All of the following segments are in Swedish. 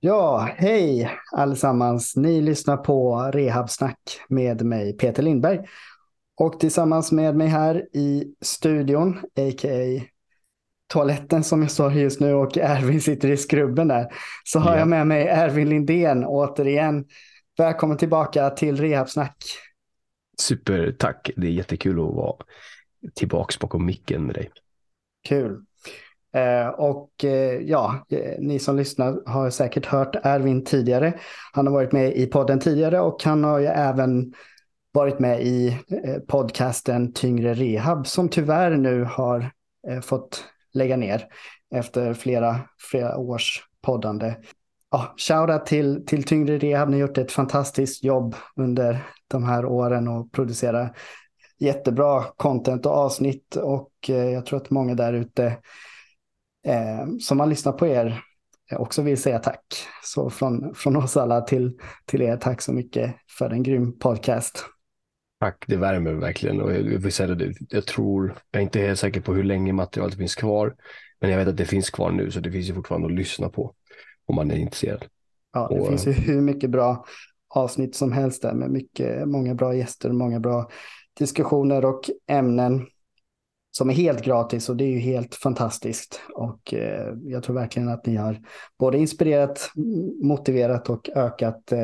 Ja, hej allesammans. Ni lyssnar på Rehabsnack med mig Peter Lindberg. Och tillsammans med mig här i studion, a.k.a. toaletten som jag står i just nu och Ervin sitter i skrubben där. Så har jag Ja, med mig Ervin Lindén återigen. Välkommen tillbaka till Rehabsnack. super, tack. Det är jättekul att vara tillbaks bakom micken med dig. Kul. Ni som lyssnar har säkert hört Ervin tidigare. Han har varit med i podden tidigare och han har ju även varit med i podcasten Tyngre Rehab som tyvärr nu har fått lägga ner efter flera års poddande. Ja, shoutout till Tyngre Rehab. Ni har gjort ett fantastiskt jobb under de här åren och producerat jättebra content och avsnitt och jag tror att många där ute som har lyssnat på er också vill säga tack. Så från oss alla till er, tack så mycket för en grym podcast. Tack, det värmer verkligen. Och jag vill säga det, jag är inte helt säker på hur länge materialet finns kvar, men jag vet att det finns kvar nu, så det finns ju fortfarande att lyssna på om man är intresserad. Ja, det finns ju hur mycket bra avsnitt som helst där med många bra gäster, många bra diskussioner och ämnen som är helt gratis och det är ju helt fantastiskt. Och jag tror verkligen att ni har både inspirerat, motiverat och ökat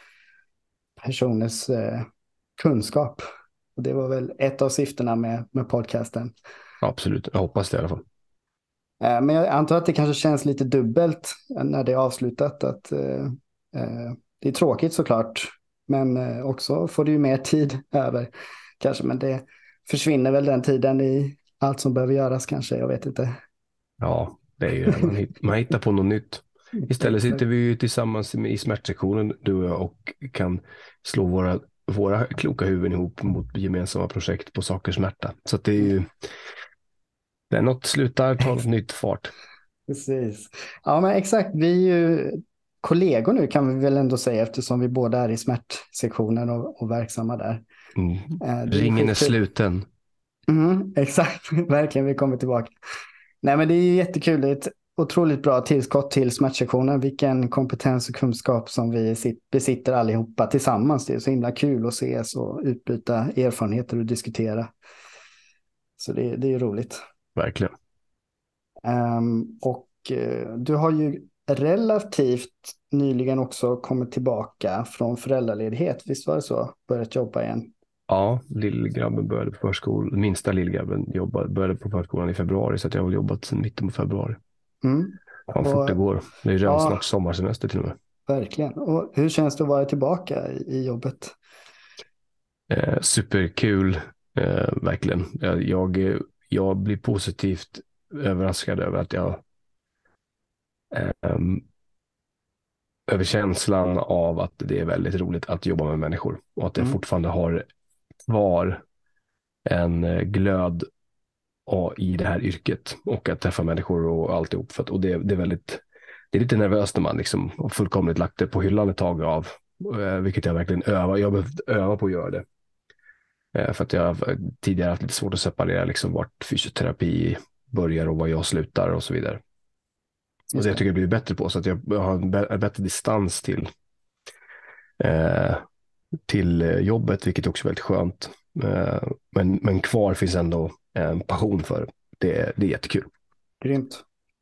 personers kunskap. Och det var väl ett av syftena med podcasten. Absolut, jag hoppas det i alla fall. Men jag antar att det kanske känns lite dubbelt när det är avslutat. Att, det är tråkigt såklart. Men också får du ju mer tid över kanske. Men det försvinner väl den tiden i allt som behöver göras kanske. Jag vet inte. Ja, det är ju man hittar på något nytt. Istället sitter vi ju tillsammans i smärtsektionen, du och jag, och kan slå våra kloka huvuden ihop mot gemensamma projekt på saker smärta. Så att det är ju när något slutar tar något nytt fart. Precis. Ja men exakt. Vi är ju kollegor nu kan vi väl ändå säga eftersom vi båda är i smärtsektionen och verksamma där. Det är Ringen är skitkul. sluten. Exakt, verkligen, vi kommer tillbaka. Nej men det är ju jättekul, det är ett otroligt bra tillskott till smärtsektionen. Vilken kompetens och kunskap som vi besitter allihopa tillsammans. Det är så himla kul att ses och utbyta erfarenheter och diskutera. Så det är ju roligt. Verkligen. Du har ju relativt nyligen också kommit tillbaka från föräldraledighet. Visst var det så? Börjat jobba igen. Ja, lillgrabben började på förskolan. Minsta lillgrabben började på förskolan i februari, så att jag har jobbat sedan mitten på februari. Mm. Fan, fort det går. Det är ju redan Ja, snart sommarsemester till och med. verkligen. Och hur känns det att vara tillbaka i jobbet? Superkul, verkligen. Jag blir positivt överraskad över att ehm, över känslan av att det är väldigt roligt att jobba med människor och att jag fortfarande har kvar en glöd i det här yrket och att träffa människor och alltihop. Och det är väldigt, det är lite nervöst när man liksom har fullkomligt lagt det på hyllan ett tag vilket jag verkligen jag har behövt öva på att göra det. För att jag har tidigare haft lite svårt att separera liksom vart fysioterapi börjar och var jag slutar och så vidare. Och det tycker jag blir bättre på, så att jag har en bättre distans till jobbet, vilket också är väldigt skönt. Men kvar finns ändå en passion för det. Det är jättekul. Grymt.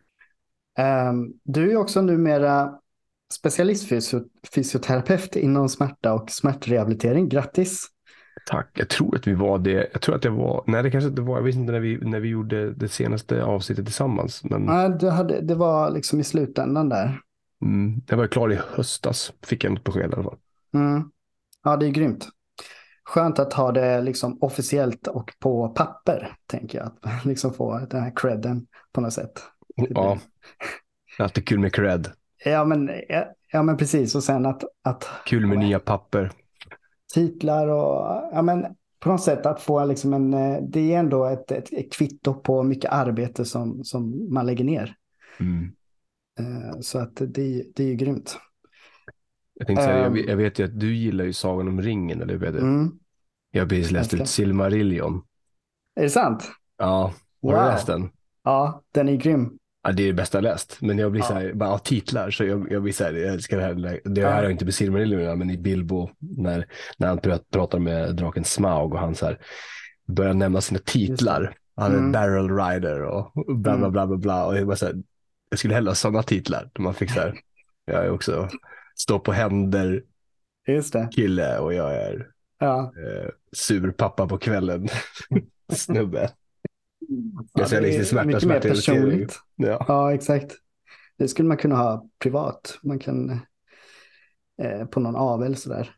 Du är ju också numera specialistfysioterapeut inom smärta och smärtrehabilitering. Grattis! Tack. Jag tror att vi var det. Jag tror att jag var. Nej, det kanske inte var. Jag visste inte när vi gjorde det senaste avsnittet tillsammans. Men Det var liksom i slutändan där. jag var klar i höstas. Fick jag något besked i alla fall. Ja, det är grymt. Skönt att ha det liksom officiellt och på papper, tänker jag. Att liksom få den här credden på något sätt. Ja, det är alltid kul med cred. Ja, men precis. Och sen att Kul med nya papper. titlar och ja, men på något sätt att få liksom det är ändå ett kvitto på mycket arbete som man lägger ner. Så att det är ju grymt. Jag tänkte säga, jag vet ju att du gillar ju Sagan om ringen, eller hur vet du? Jag har precis läst ut Silmarillion. Är det sant? Ja, har Wow. du läst den? Ja, den är grym. Ja, det är det bästa jag läst. Men jag blir så här, bara av titlar. Så jag blir så här, jag älskar det här har inte med Silmarillion, men i Bilbo när han pratar med draken Smaug och han så här börjar nämna sina titlar. Han är Barrel Rider och bla bla bla bla bla. Och jag bara så här, jag skulle hellre ha sådana titlar. Man fick så här, jag är också stå på händer Just det. kille och jag är sur pappa på kvällen snubbe. Mycket mer personligt. Ja, exakt. Det skulle man kunna ha privat. Man kan på någon avel sådär.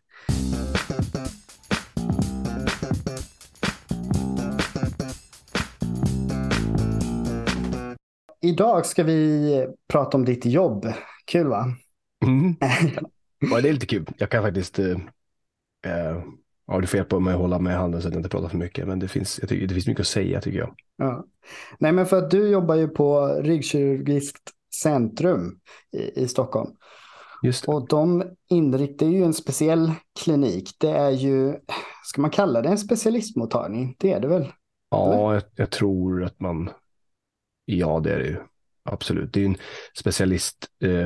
Idag ska vi prata om ditt jobb. Kul va? Ja, det är lite kul. Jag kan faktiskt du får hjälpa mig att hålla med handen så att jag inte pratar för mycket. Men det finns mycket att säga tycker jag. Ja. Nej, men för att du jobbar ju på Ryggkirurgiskt centrum i Stockholm. Just det. Och de inriktar ju en speciell klinik. Det är ju, ska man kalla det en specialistmottagning? Det är det väl? Ja, jag tror att ja, det är det ju. Absolut. Det är ju en specialist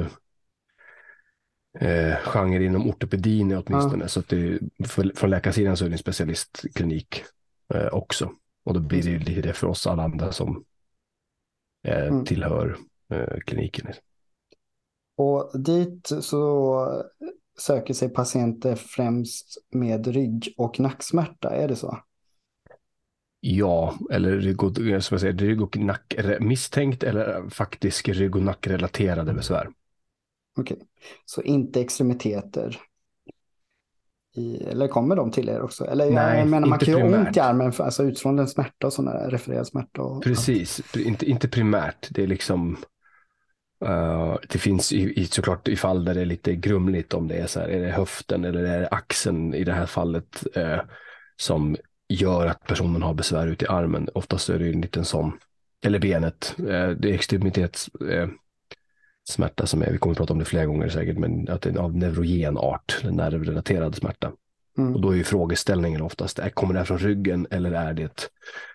genre inom ortopedin åtminstone. Så att från läkarsidan så är det en specialistklinik också. Och då blir det ju lite det för oss alla andra som tillhör kliniken. Och dit så söker sig patienter främst med rygg- och nacksmärta, är det så? Ja, eller rygg- och nack, misstänkt eller faktisk rygg- och nackrelaterade besvär. Okej, så inte extremiteter. Eller kommer de till er också? Eller Nej, jag menar, man kan ju ha primärt. ont i armen, alltså utstrålande smärta och sådana refererad smärta. Och precis, inte primärt. Det är liksom det finns såklart i fall där det är lite grumligt om det är så här, är det höften eller är det axeln i det här fallet som gör att personen har besvär ut i armen. Oftast är det en liten sån, eller benet. Det är extremitets smärta som vi kommer att prata om det flera gånger säkert, men att det är av neurogen art, nervrelaterad smärta. Och då är ju frågeställningen oftast, kommer det här från ryggen eller är det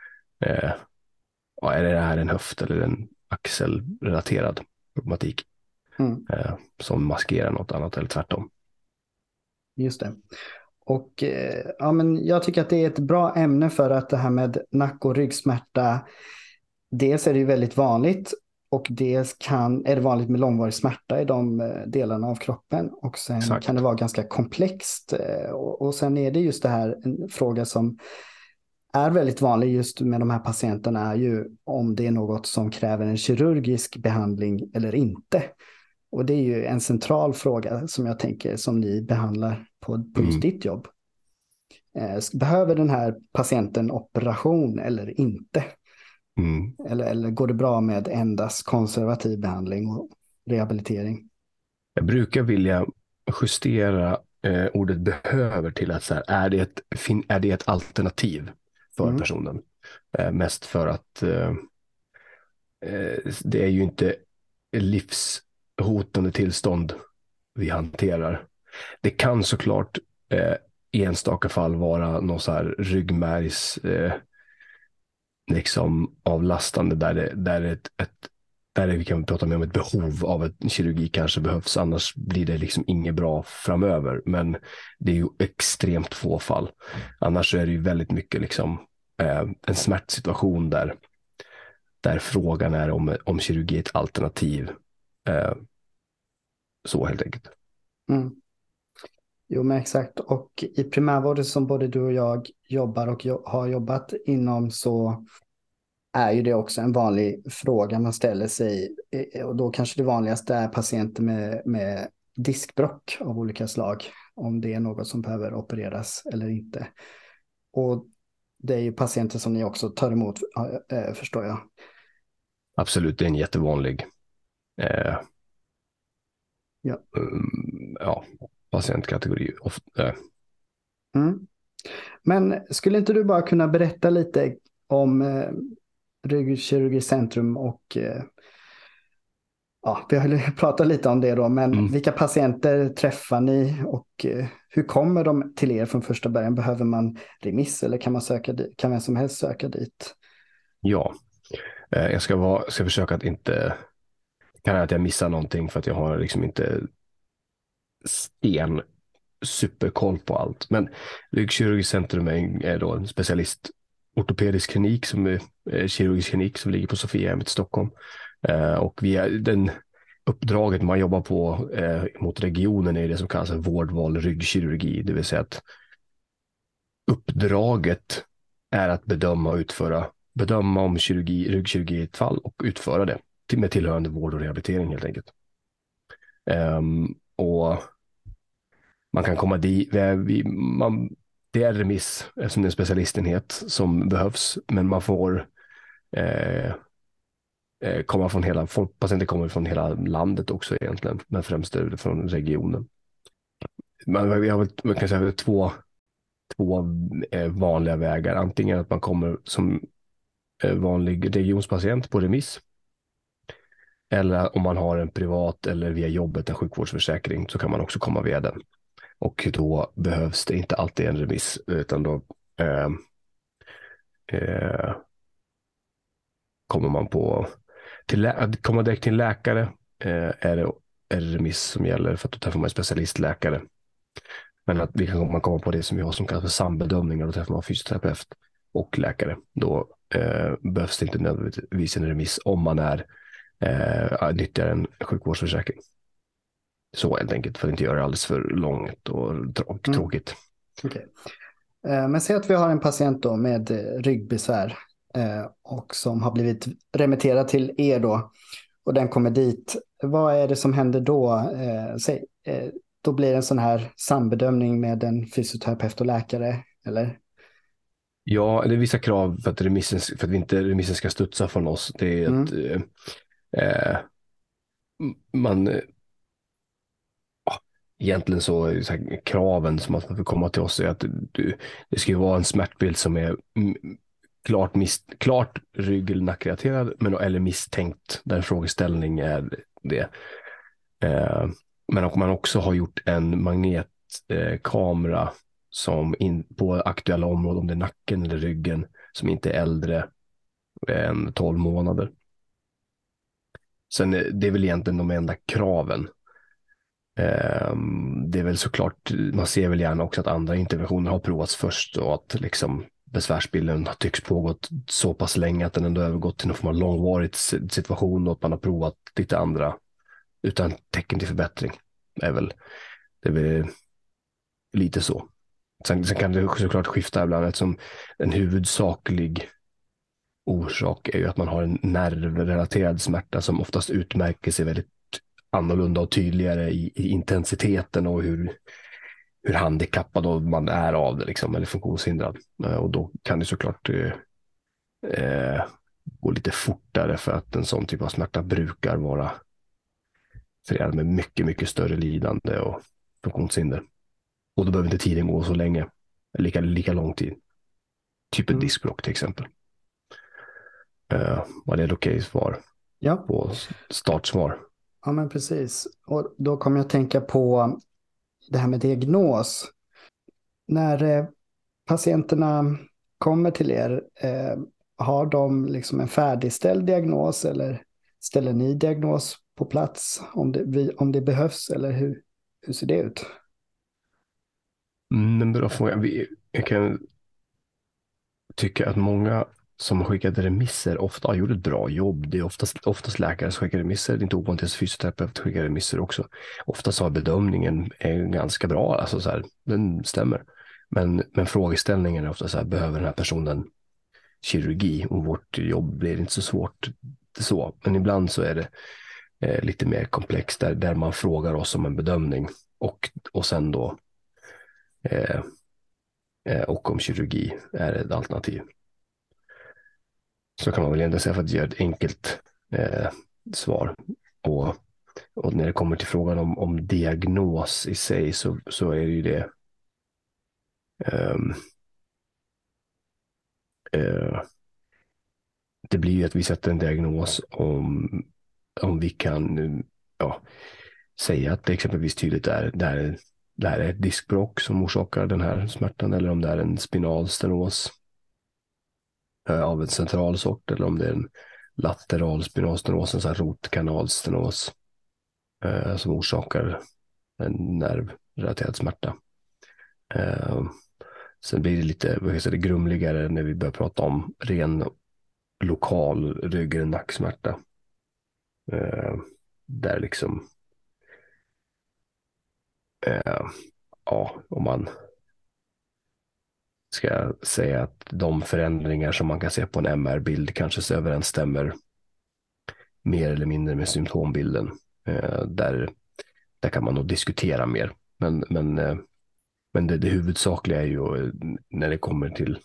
är det här en höft eller en axelrelaterad problematik som maskerar något annat eller tvärtom. Just det. Och men jag tycker att det är ett bra ämne för att det här med nack- och ryggsmärta, dels är det ju väldigt vanligt och dels är det vanligt med långvarig smärta i de delarna av kroppen och sen kan det vara ganska komplext och sen är det just det här, en fråga som är väldigt vanlig just med de här patienterna är ju om det är något som kräver en kirurgisk behandling eller inte. Och det är ju en central fråga som jag tänker som ni behandlar på just ditt jobb. Behöver den här patienten operation eller inte? Eller går det bra med endast konservativ behandling och rehabilitering? Jag brukar vilja justera ordet behöver till att så här, är det ett alternativ för personen? Mest för att det är ju inte livshotande tillstånd vi hanterar. Det kan såklart i enstaka fall vara någon så här ryggmärgs liksom avlastande där vi kan prata om ett behov av ett kirurgi kanske behövs, annars blir det liksom inget bra framöver, men det är ju extremt få fall. Annars är det ju väldigt mycket liksom en smärtsituation där frågan är om kirurgi är ett alternativ. Så helt enkelt. Jo men exakt, och i primärvården som både du och jag jobbar och har jobbat inom så är ju det också en vanlig fråga man ställer sig och då kanske det vanligaste är patienter med diskbråck av olika slag, om det är något som behöver opereras eller inte. Och det är ju patienter som ni också tar emot, förstår jag. Absolut, det är en jättevanlig patientkategori. Men skulle inte du bara kunna berätta lite om Ryggkirurgiskt centrum och vi har pratat lite om det då, men vilka patienter träffar ni och hur kommer de till er från första början? Behöver man remiss eller kan vem som helst söka dit? Ja, jag ska försöka att inte kan det att jag missar någonting för att jag har liksom inte sten superkoll på allt. Men Ryggkirurgiskt centrum är då en specialist ortopedisk klinik som är kirurgisk klinik som ligger på Sofiahemmet i Stockholm. Och den uppdraget man jobbar på mot regionen är det som kallas en vårdval ryggkirurgi. Det vill säga att uppdraget är att bedöma om ryggkirurgi är ett fall och utföra det med tillhörande vård och rehabilitering helt enkelt. Och man kan komma dit, det är remiss eftersom det är en specialistenhet som behövs, men man får komma från patienter kommer från hela landet också egentligen, men främst från regionen. Man kan säga två vanliga vägar. Antingen att man kommer som vanlig regionspatient på remiss, eller om man har en privat eller via jobbet en sjukvårdsförsäkring så kan man också komma via den. Och då behövs det inte alltid en remiss, utan då kommer man att komma direkt till en läkare är det remiss som gäller, för att då träffar man en specialistläkare. Men att man kommer på det som vi har som kallas för sambedömningar, då träffar man fysioterapeut och läkare. Då behövs det inte nödvändigtvis en remiss om man nyttjar en sjukvårdsförsäkring. Så helt enkelt, för att inte göra det alldeles för långt och tråkigt. Okay. Men säg att vi har en patient då med ryggbesvär och som har blivit remitterad till er då, och den kommer dit. Vad är det som händer då? Då blir det en sån här sambedömning med en fysioterapeut och läkare, eller? Ja, det är vissa krav för att remissen ska studsa från oss. Det är att egentligen så här, kraven som att man får komma till oss är att det ska ju vara en smärtbild som är klart rygg- eller nackrelaterad, eller misstänkt, där frågeställning är det. Men om man också har gjort en magnetkamera som på aktuella områden, om det är nacken eller ryggen, som inte är äldre än 12 månader. Sen det är väl egentligen de enda kraven. Det är väl såklart, man ser väl gärna också att andra interventioner har provats först, och att liksom besvärsbilden har tycks pågått så pass länge att den ändå övergått till någon form av långvarig situation, och att man har provat lite andra utan tecken till förbättring. Det är väl lite så. Sen kan det såklart skifta ibland, eftersom en huvudsaklig orsak är ju att man har en nervrelaterad smärta som oftast utmärker sig väldigt annorlunda och tydligare i intensiteten och hur handikappad man är av det liksom, eller funktionshindrad. Och då kan det såklart gå lite fortare, för att en sån typ av smärta brukar vara förenad med mycket, mycket större lidande och funktionshinder. Och då behöver inte tiden gå så länge, lika lång tid. Typ ett diskbråck till exempel. Var det ett okej svar? Ja. På startsvar? Ja, men precis. Och då kommer jag att tänka på det här med diagnos. När patienterna kommer till er, har de liksom en färdigställd diagnos, eller ställer ni diagnos på plats om det behövs, eller hur ser det ut? En bra fråga. Jag kan tycka att många som har skickat remisser ofta har gjort ett bra jobb. Det är oftast läkare som skickar remisser. Det är inte ovanligt att fysioterapeut skickar remisser också. Oftast har bedömningen är ganska bra. Alltså så här, den stämmer. Men frågeställningen är ofta så här, behöver den här personen kirurgi? Och vårt jobb blir inte så svårt så. Men ibland så är det lite mer komplext, där man frågar oss om en bedömning. Och sen då och om kirurgi är ett alternativ. Så kan man väl ändå säga, för att göra ett enkelt svar. Och när det kommer till frågan om diagnos i sig, så är det ju det. Det blir ju att vi sätter en diagnos om vi kan säga att det exempelvis tydligt är det här är ett diskbråck som orsakar den här smärtan, eller om det är en spinal stenos av en central sort, eller om det är en lateral spinalstenos, en sån här rotkanalstenos som orsakar en nervrelaterad smärta. Sen blir det lite grumligare när vi börjar prata om ren lokal rygg- eller nacksmärta. Där liksom om man ska säga att de förändringar som man kan se på en MR-bild kanske överensstämmer mer eller mindre med symptombilden. Där kan man nog diskutera mer. Men det huvudsakliga är ju när det kommer till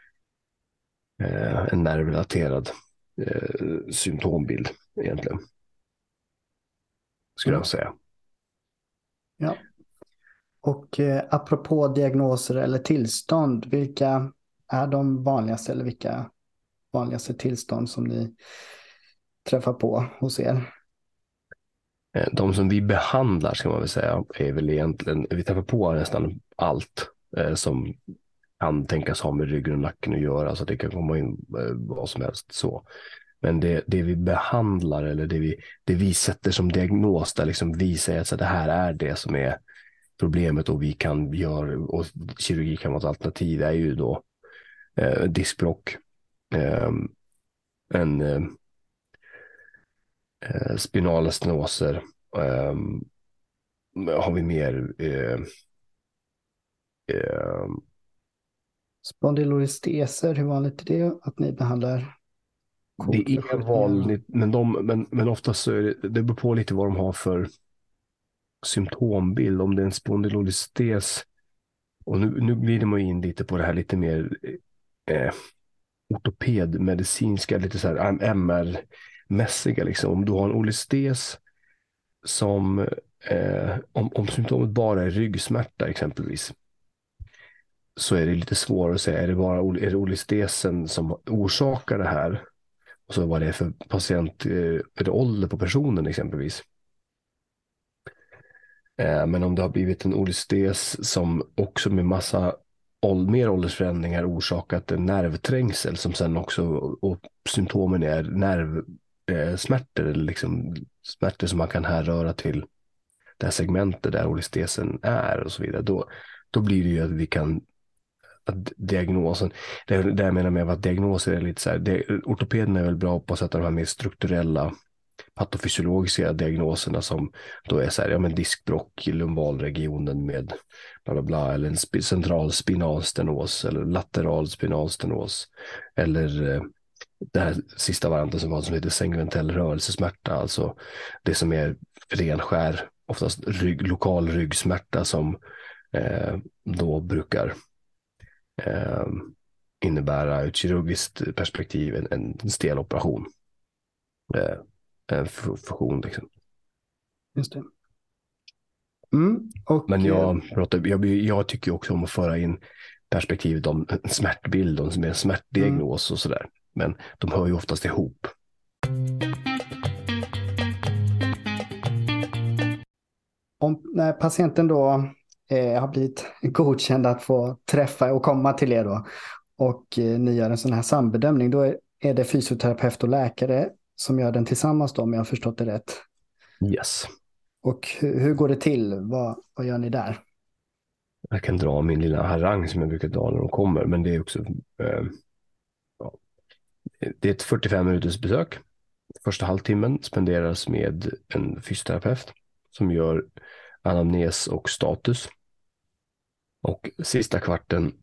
en nervrelaterad symptombild egentligen. Skulle jag säga. Ja. Och apropå diagnoser eller tillstånd, vilka är de vanligaste eller vilka vanligaste tillstånd som ni träffar på hos er? De som vi behandlar ska man väl säga är väl egentligen, vi träffar på nästan allt som kan tänkas ha med ryggen och nacken att göra, så att det kan komma in vad som helst så. Men det vi behandlar eller det vi sätter som diagnos, där liksom vi säger att så det här är det som är problemet och vi kan göra, och kirurgi kan vara ett alternativ, är ju då diskbråck, spinala stenoser, har vi mer Spondylolistheser, hur vanligt är det att ni behandlar? Det är vanligt, men oftast så är det beror på lite vad de har för symptombild. Om det är en spondylolistes, och nu glider man in lite på det här lite mer ortopedmedicinska, lite så här MR-mässiga liksom. Om du har en olistes som om symptomet bara är ryggsmärta exempelvis, så är det lite svårare att säga, är det olistesen som orsakar det här? Och så vad det är för patient, är det ålder på personen exempelvis. Men om det har blivit en olistes som också med massa mer åldersförändringar orsakat en nervträngsel som sen också, och symptomen är nervsmärtor eller liksom smärtor som man kan härröra till det här segmentet där olistesen är och så vidare, då blir det ju att vi kan, att diagnosen, det jag menar med att diagnoser är lite så här, ortopeden är väl bra på att sätta de här mer strukturella patofysiologiska diagnoserna som då är så här, ja men diskbråck i lumbalregionen med bla bla bla, eller en central spinalstenos eller lateral spinalstenos, eller det här sista varianten som heter segmentell rörelsesmärta, alltså det som är renskär, oftast lokal ryggsmärta som då brukar innebära ur ett kirurgiskt perspektiv en stel operation. En fusion liksom. Just det. Men jag tycker också om att föra in perspektivet om en smärtbild och en smärtdiagnos och sådär. Men de hör ju oftast ihop. När patienten då har blivit godkänd att få träffa och komma till er då, och ni gör en sån här sambedömning, då är det fysioterapeut och läkare som gör den tillsammans då, om jag har förstått det rätt. Yes. Och hur går det till? Vad gör ni där? Jag kan dra min lilla harang som jag brukar dra när de kommer, men det är också det är ett 45 minuters besök. Första halvtimmen spenderas med en fysioterapeut som gör anamnes och status. Och sista kvarten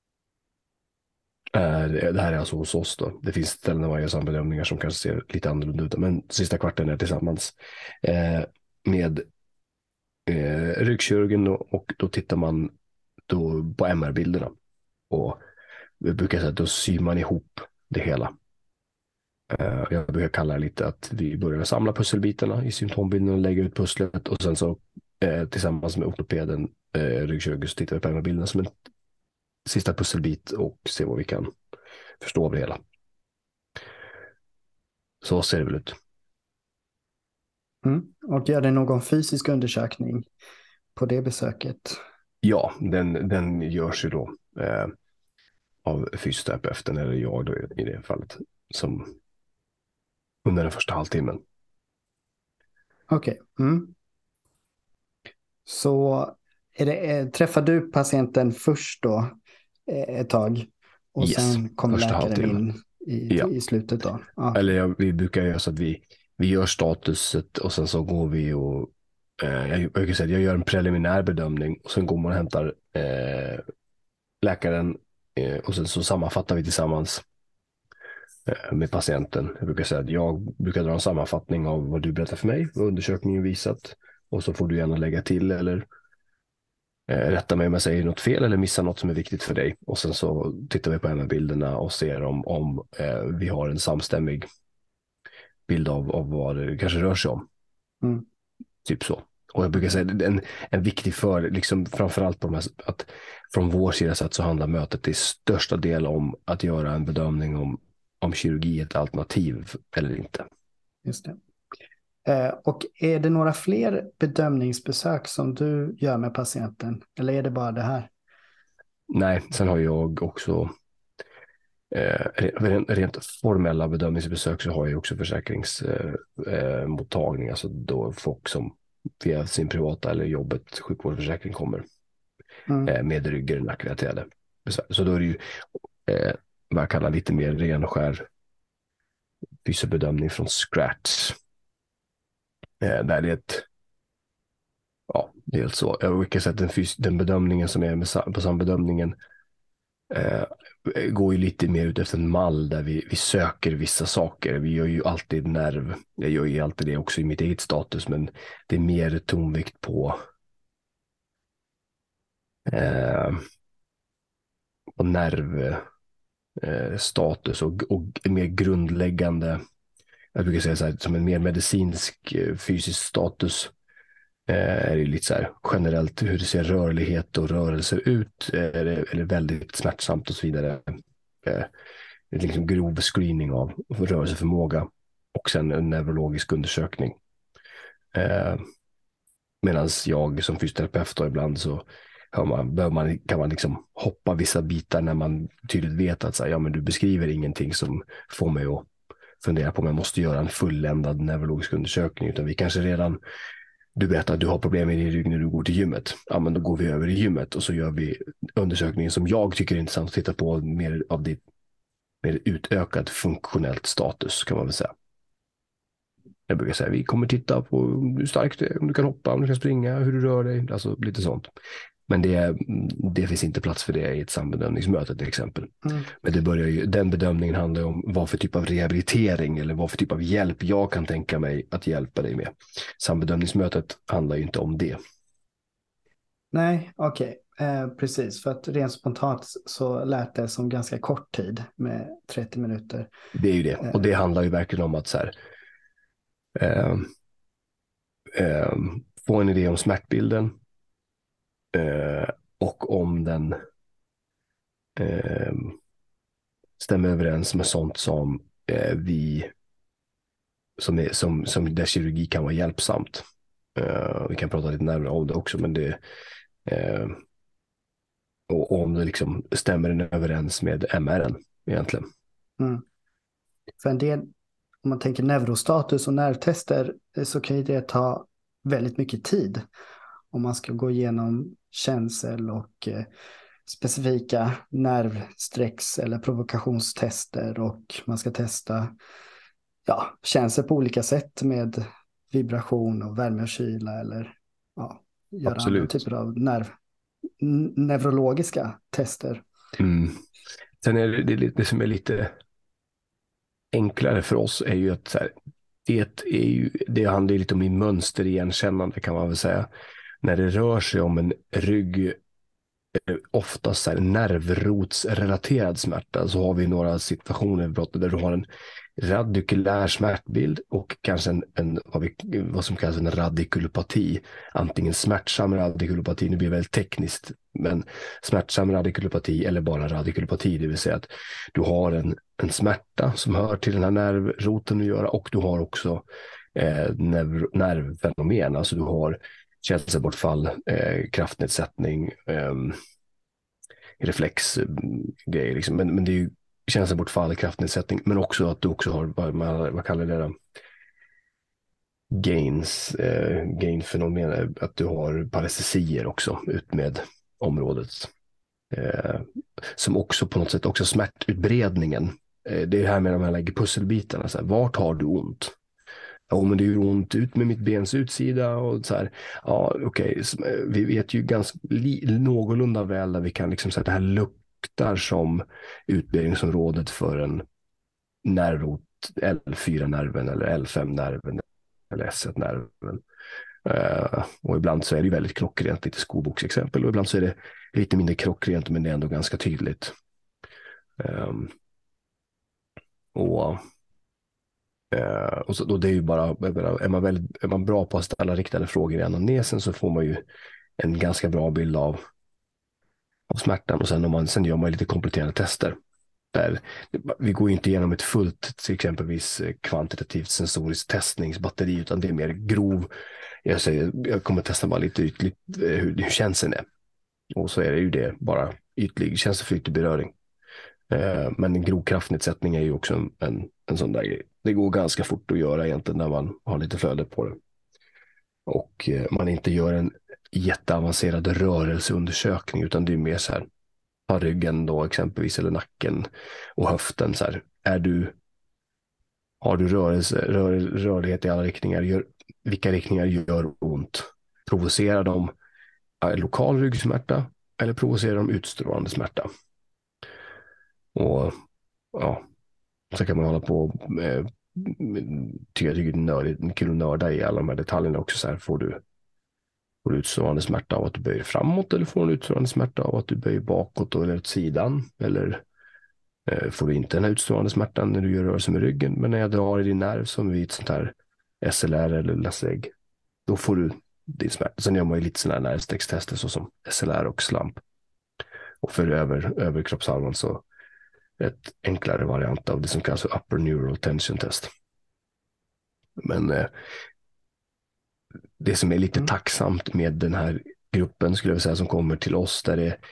det här är alltså hos oss då. Det finns ställen där man gör sambedömningar som kanske ser lite annorlunda ut, men sista kvarten är tillsammans med ryggkirurgen och då tittar man då på MR-bilderna, och vi brukar säga att då syr man ihop det hela. Jag brukar kalla det lite att vi börjar samla pusselbitarna i symptombilden och lägga ut pusslet, och sen så tillsammans med ortopeden, ryggkirurgen, så tittar vi på MR-bilderna som en sista pusselbit och se vad vi kan förstå av det hela. Så ser det väl ut. Och gör det någon fysisk undersökning på det besöket? Ja, den görs ju då av fysioterapeuten, eller jag då i det fallet, som under den första halvtimmen. Okej. Mm. Så träffar du patienten först då ett tag och Yes, sen kommer första läkaren halvtimmen. in Ja. i slutet då? Ja. Eller vi brukar göra så att vi gör statuset och sen så går vi och jag kan säga att jag gör en preliminär bedömning och sen går man och hämtar läkaren och sen så sammanfattar vi tillsammans med patienten. Jag brukar säga att jag brukar dra en sammanfattning av vad du berättar för mig, vad undersökningen visat, och så får du gärna lägga till eller rätta mig om jag säger något fel eller missar något som är viktigt för dig. Och sen så tittar vi på MR-bilderna och ser om vi har en samstämmig bild av vad det kanske rör sig om. Mm. Typ så. Och jag brukar säga en viktig liksom framförallt på de här, att från vår sida sett så handlar mötet till största del om att göra en bedömning om kirurgi är ett alternativ eller inte. Just det. Och är det några fler bedömningsbesök som du gör med patienten? Eller är det bara det här? Nej, sen har jag också rent formella bedömningsbesök så har jag också försäkringsmottagning, alltså då folk som via sin privata eller jobbet sjukvårdsförsäkring kommer med rygg- eller nackrelaterade besvär. Så då är det ju vad jag kallar lite mer ren och skär fysiobedömning från scratch. Där det är det är helt så. Jag brukar säga att den bedömningen som är på sambedömningen går ju lite mer ut efter en mall där vi söker vissa saker. Vi gör ju alltid jag gör ju alltid det också i mitt eget status, men det är mer tonvikt på nervstatus och mer grundläggande, jag brukar säga så här, som en mer medicinsk fysisk status är det lite så här generellt hur det ser rörlighet och rörelser ut, eller väldigt smärtsamt och så vidare. Liksom grov screening av rörelseförmåga och sen en neurologisk undersökning. Medan jag som fysioterapeut då ibland så kan man liksom hoppa vissa bitar när man tydligt vet att så här, ja, men du beskriver ingenting som får mig att fundera på om jag måste göra en fulländad neurologisk undersökning, utan vi kanske redan, du berättar att du har problem med din rygg när du går till gymmet. Ja, men då går vi över i gymmet och så gör vi undersökningen som jag tycker är intressant att titta på, mer av det mer utökad funktionellt status kan man väl säga. Jag brukar säga vi kommer titta på hur starkt du är, om du kan hoppa, om du kan springa, hur du rör dig, alltså lite sånt. Men det finns inte plats för det i ett sambedömningsmöte till exempel. Men den bedömningen handlar om vad för typ av rehabilitering eller vad för typ av hjälp jag kan tänka mig att hjälpa dig med. Sambedömningsmötet handlar ju inte om det. Nej, okej. Precis, för att rent spontant så lät det som ganska kort tid med 30 minuter. Det är ju det, och det handlar ju verkligen om att så här, få en idé om smärtbilden och om den stämmer överens med sånt som som där kirurgi kan vara hjälpsamt. Vi kan prata lite närmare om det också, men det och om det liksom stämmer överens med MR:en egentligen. För en del, om man tänker neurostatus och nervtester, så kan ju det ta väldigt mycket tid om man ska gå igenom känsel och specifika nervsträcks eller provokationstester, och man ska testa känsel på olika sätt med vibration och värme och kyla, eller göra andra typer av neurologiska tester. Sen är det som är lite enklare för oss är ju att så här, det handlar lite om mönsterigenkännande kan man väl säga. När det rör sig om en rygg, oftast så här nervrotsrelaterad smärta, så har vi några situationer där du har en radikulär smärtbild och kanske vad som kallas en radikulopati. Antingen smärtsam radikulopati, nu blir det väldigt tekniskt, men smärtsam radikulopati eller bara radikulopati, det vill säga att du har en smärta som hör till den här nervroten att göra, och du har också nervfenomen, alltså du har känselbortfall, kraftnedsättning, reflexgrejer liksom. Men det är ju känselbortfall, kraftnedsättning, men också att du också har, vad kallar det då? Gain-fenomen, att du har parestesier också ut med området. Som också på något sätt, också smärtutbredningen. Det är det här med de här lägger pusselbitarna. Så här, vart har du ont? Ja, men det gör ont ut med mitt bens utsida och så här. Ja, okej. Vi vet ju ganska någorlunda väl där vi kan liksom säga att det här luktar som utbredningsområdet för en nervrot, L4-nerven eller L5-nerven eller S1-nerven. Och ibland så är det väldigt klockrent, lite skoboksexempel, och ibland så är det lite mindre klockrent, men det är ändå ganska tydligt. Och så, då det är ju bara, är man bra på att ställa riktade frågor i anamnesen, så får man ju en ganska bra bild av smärtan, och sen gör man lite kompletterande tester. Där vi går inte igenom ett fullt, till exempelvis kvantitativt sensoriskt testningsbatteri, utan det är mer grov. Jag kommer testa bara lite ytligt hur känslan är. Och så är det ju det, bara ytlig känsloflyt beröring. Men en grov kraftnedsättning är ju också en sån där grej. Det går ganska fort att göra egentligen när man har lite flöde på det. Och man inte gör en jätteavancerad rörelseundersökning, utan det är mer så här, ta ryggen då exempelvis, eller nacken och höften. Så här, har du rörlighet i alla riktningar? Vilka riktningar gör ont? Provocerar de lokal ryggsmärta eller provocerar de utstrålande smärta? Och ja, så kan man hålla på tycker det är nördigt, kul att nörda i alla de här detaljerna också. Så här, får du utstrålande smärta av att du böjer framåt, eller får du utstrålande smärta av att du böjer bakåt eller åt sidan, eller får du inte den här utstrålande smärtan när du gör rörelse med ryggen, men när jag drar i din nerv som vid ett sånt här SLR eller lässägg, då får du din smärta. Sen gör man ju lite sådana här nervsträckstester såsom SLR och SLAMP. Och för överkroppshalvan så ett enklare variant av det som kallas för upper neural tension test. Men det som är lite tacksamt med den här gruppen, skulle jag säga, som kommer till oss, där det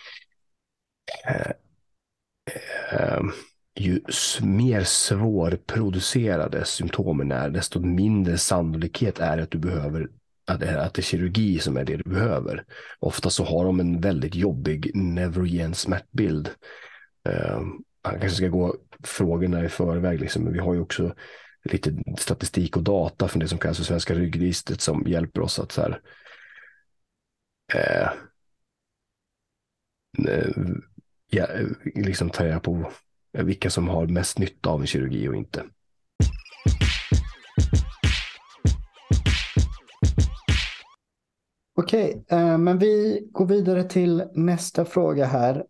ju mer svårproducerade symptomen är, desto mindre sannolikhet är att du behöver att det är kirurgi som är det du behöver. Ofta så har de en väldigt jobbig neurogen smärtbild. Man kanske ska gå frågorna i förväg liksom, men vi har ju också lite statistik och data från det som kallas för Svenska ryggregistret, som hjälper oss att så här, liksom ta reda på vilka som har mest nytta av en kirurgi och inte. Okej, men vi går vidare till nästa fråga här,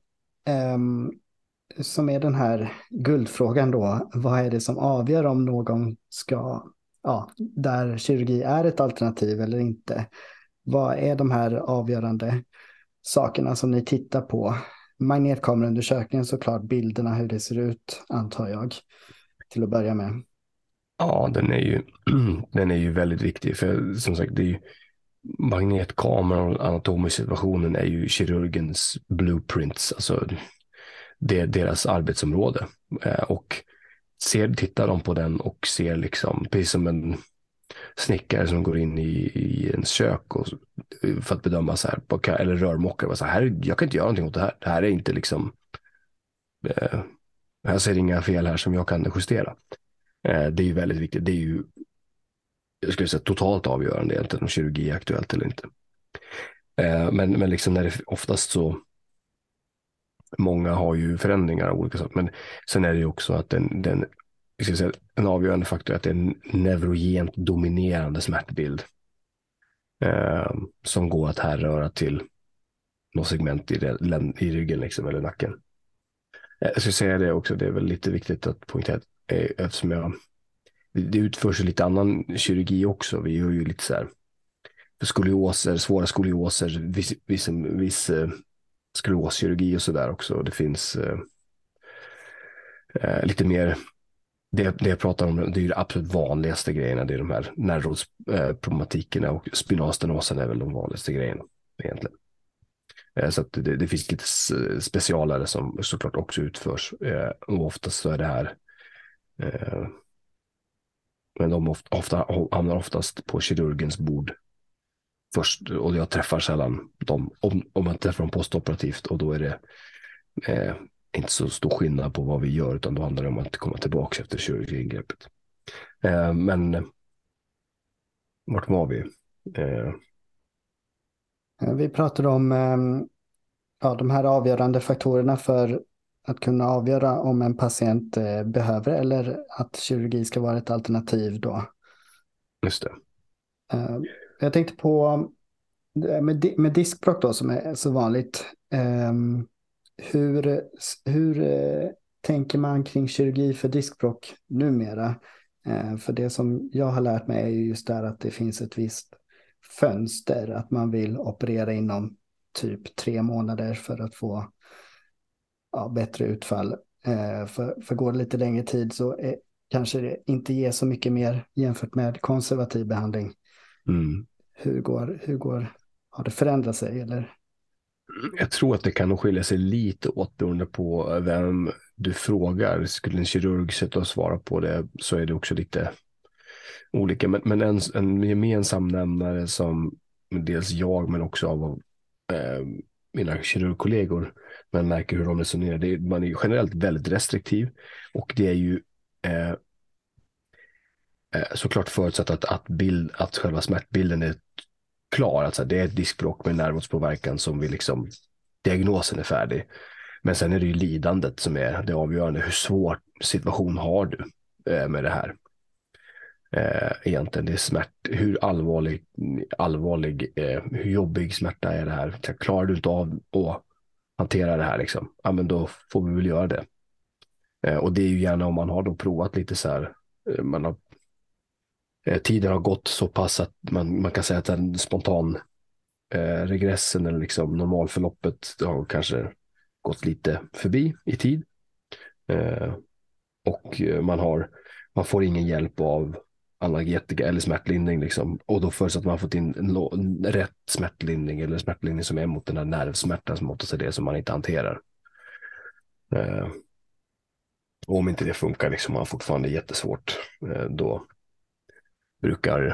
som är den här guldfrågan då. Vad är det som avgör om någon ska, där kirurgi är ett alternativ eller inte? Vad är de här avgörande sakerna som ni tittar på? Magnetkameraundersökningen, såklart, bilderna, hur det ser ut, antar jag, till att börja med. Ja, den är ju väldigt viktig, för som sagt, det är ju magnetkameran och anatomsituationen är ju kirurgens blueprints, alltså det är deras arbetsområde. Och tittar de på den och ser liksom, precis som en snickare som går in i en kök och, för att bedöma så här, eller rörmokare, så här, jag kan inte göra någonting åt det här. Det här är inte liksom, jag ser inga fel här som jag kan justera. Det är ju väldigt viktigt. Det är ju, jag skulle säga, totalt avgörande egentligen om kirurgi är aktuellt eller inte. Men liksom när det oftast så, många har ju förändringar av olika saker, men sen är det ju också att jag ska säga, en avgörande faktor är att det är en neurogent dominerande smärtbild som går att härröra till något segment i ryggen liksom, eller nacken. Jag ska säga det också, det är väl lite viktigt att poängtera, eftersom det utförs lite annan kirurgi också. Vi gör ju lite så här skolioser, svåra skolioser, viss skleroskirurgi och sådär också. Det finns lite mer, det jag pratar om, det är ju de absolut vanligaste grejerna. Det är de här nervrådsproblematikerna, och spinalstenosen är väl de vanligaste grejerna egentligen. Så att det finns lite specialare som såklart också utförs. Och oftast så är det här, men de hamnar oftast på kirurgens bord först, och jag träffar sällan dem, om man träffar dem postoperativt, och då är det inte så stor skillnad på vad vi gör, utan då handlar det om att komma tillbaka efter kirurgiska ingreppet. Men vart var vi? Vi pratade om de här avgörande faktorerna för att kunna avgöra om en patient behöver eller att kirurgi ska vara ett alternativ då. Just det. Jag tänkte på med diskbråck då, som är så vanligt. Hur tänker man kring kirurgi för diskbråck numera? För det som jag har lärt mig är ju just där att det finns ett visst fönster, att man vill operera inom typ 3 månader för att få bättre utfall. För går det lite längre tid så kanske det inte ger så mycket mer jämfört med konservativ behandling. Mm. Har det förändrat sig eller? Jag tror att det kan nog skilja sig lite åt beroende på vem du frågar. Skulle en kirurg sätta och svara på det, så är det också lite olika. Men en gemensam nämnare som dels jag, men också av mina kirurgkollegor, man märker hur de resonerar. Man är ju generellt väldigt restriktiv, och det är ju såklart förutsatt att själva smärtbilden är klar. Alltså det är ett diskbråck med nervvårdspåverkan som diagnosen är färdig. Men sen är det ju lidandet som är det avgörande. Hur svår situation har du med det här? Egentligen det är hur allvarlig, hur jobbig smärta är det här? Klarar du inte av att hantera det här liksom? Ja, men då får vi väl göra det. Och det är ju gärna om man har då provat lite så här, tiden har gått så pass att man kan säga att den spontan regressen eller liksom normalförloppet har kanske gått lite förbi i tid. Och man får ingen hjälp av analgetika eller smärtlindring liksom. Och då förutsatt att man har fått in rätt smärtlindring, eller smärtlindring som är mot den här nervsmärtan som oftast är det som man inte hanterar. Och om inte det funkar liksom, man fortfarande jättesvårt, då brukar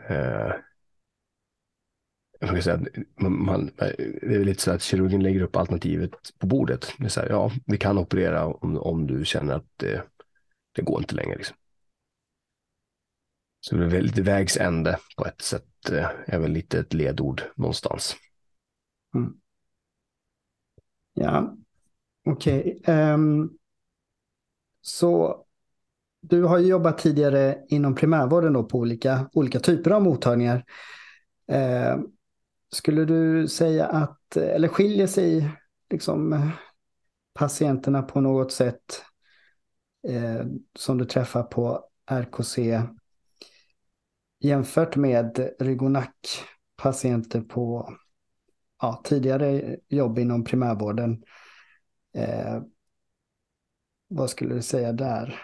jag kan säga att det är lite så att kirurgen lägger upp alternativet på bordet. Det är så här, ja, vi kan operera om du känner att det går inte längre liksom. Så det är väl lite vägs ände på ett sätt, är väl lite ett ledord någonstans. Mm. Ja, okej. Så du har ju jobbat tidigare inom primärvården då på olika typer av mottagningar. Skulle du säga att, eller skiljer sig liksom patienterna på något sätt som du träffar på RKC jämfört med rygg- och nackpatienter på tidigare jobb inom primärvården? Vad skulle du säga där?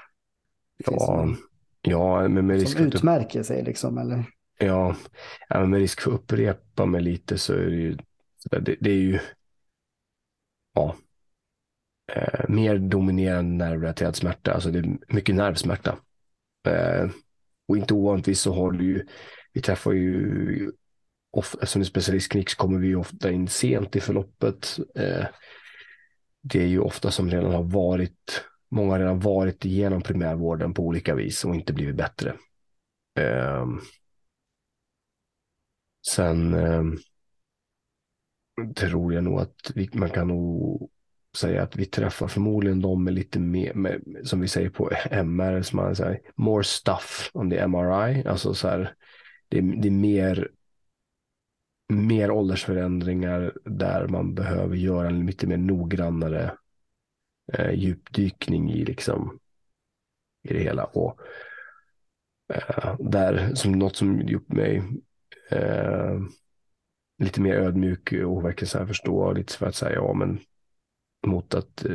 Men med risk som utmärker sig liksom, eller? Ja, men med risk för att upprepa mig lite, så är det är ju mer dominerande nervrelaterad smärta. Alltså det är mycket nervsmärta. Och inte ovanligtvis så har vi träffar ju ofta, som en specialistklinik så kommer vi ofta in sent i förloppet. Det är ju ofta som många har redan varit igenom primärvården på olika vis och inte blivit bättre. Sen tror jag nog att man kan nog säga att vi träffar förmodligen dem med lite mer, som vi säger på MR, som man säger, more stuff on the MRI. Alltså så här, det är mer åldersförändringar där man behöver göra en lite mer noggrannare djupdykning i det hela. Och där som något som gjort mig lite mer ödmjuk och verkligen så här förstå lite för att säga men mot att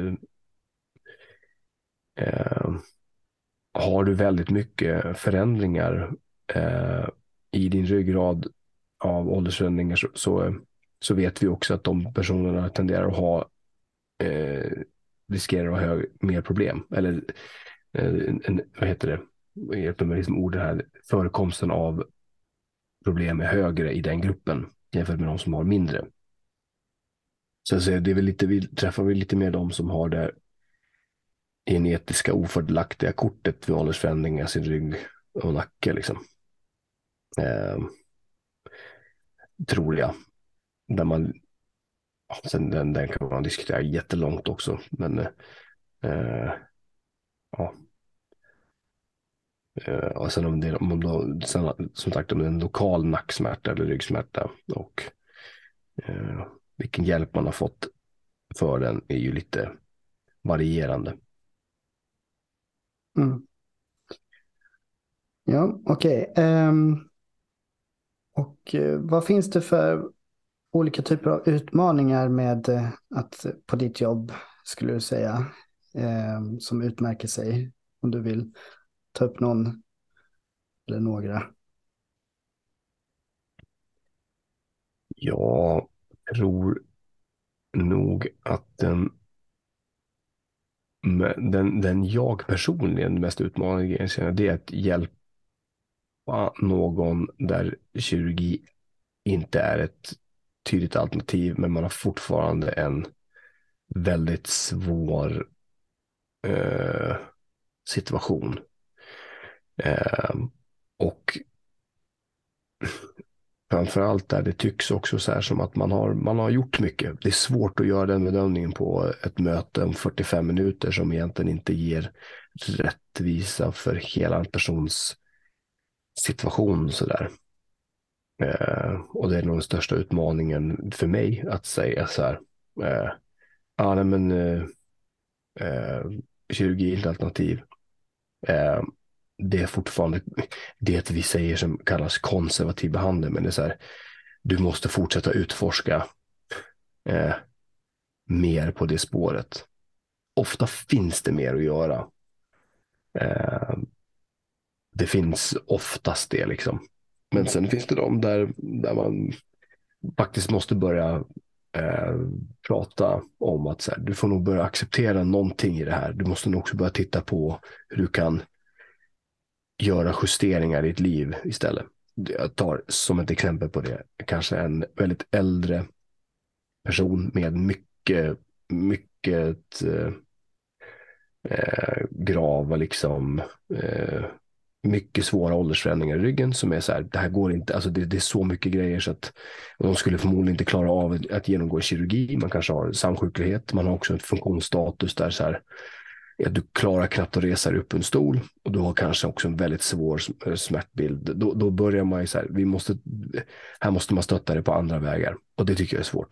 har du väldigt mycket förändringar i din ryggrad av åldersförändringar, så så vet vi också att de personerna tenderar att ha riskerar att ha mer problem. Eller vad heter det? Vad heter det liksom ordet här? Förekomsten av problem är högre i den gruppen jämfört med de som har mindre. Så det är väl lite, vi träffar väl lite mer de som har det genetiska ofördelaktiga kortet vid åldersförändringar, sin rygg och nacke liksom. Tror jag. Där man, sen den kan man diskutera jättelångt också, men ja. Och sen om sen, som sagt, om det är en lokal nacksmärta eller ryggsmärta och vilken hjälp man har fått för den är ju lite varierande. Mm. Ja, okej. Och vad finns det för olika typer av utmaningar med att på ditt jobb, skulle du säga, som utmärker sig? Om du vill ta upp någon eller några. Jag tror nog att den jag personligen mest utmanande känner, det är att hjälpa någon där kirurgi inte är ett tydligt alternativ, men man har fortfarande en väldigt svår situation. Och framförallt där det tycks också så här som att man har gjort mycket. Det är svårt att göra den bedömningen på ett möte om 45 minuter som egentligen inte ger rättvisa för hela en persons situation. Så där. Och det är nog den största utmaningen för mig att säga så här. Nej, men kirurgi är ett alternativ. Det är fortfarande det vi säger som kallas konservativ behandling, men det är så här, du måste fortsätta utforska mer på det spåret. Ofta finns det mer att göra. Det finns oftast det liksom. Men sen finns det de där man faktiskt måste börja prata om att så här, du får nog börja acceptera någonting i det här. Du måste nog också börja titta på hur du kan göra justeringar i ditt liv istället. Jag tar som ett exempel på det kanske en väldigt äldre person med mycket grava liksom mycket svåra åldersförändringar i ryggen som är så här, det här går inte, alltså det är så mycket grejer så att de skulle förmodligen inte klara av att genomgå kirurgi. Man kanske har samsjuklighet, man har också en funktionsstatus där så här, ja, du klarar knappt att resa dig upp en stol och du har kanske också en väldigt svår smärtbild. Då börjar man ju så här, här måste man stötta det på andra vägar och det tycker jag är svårt.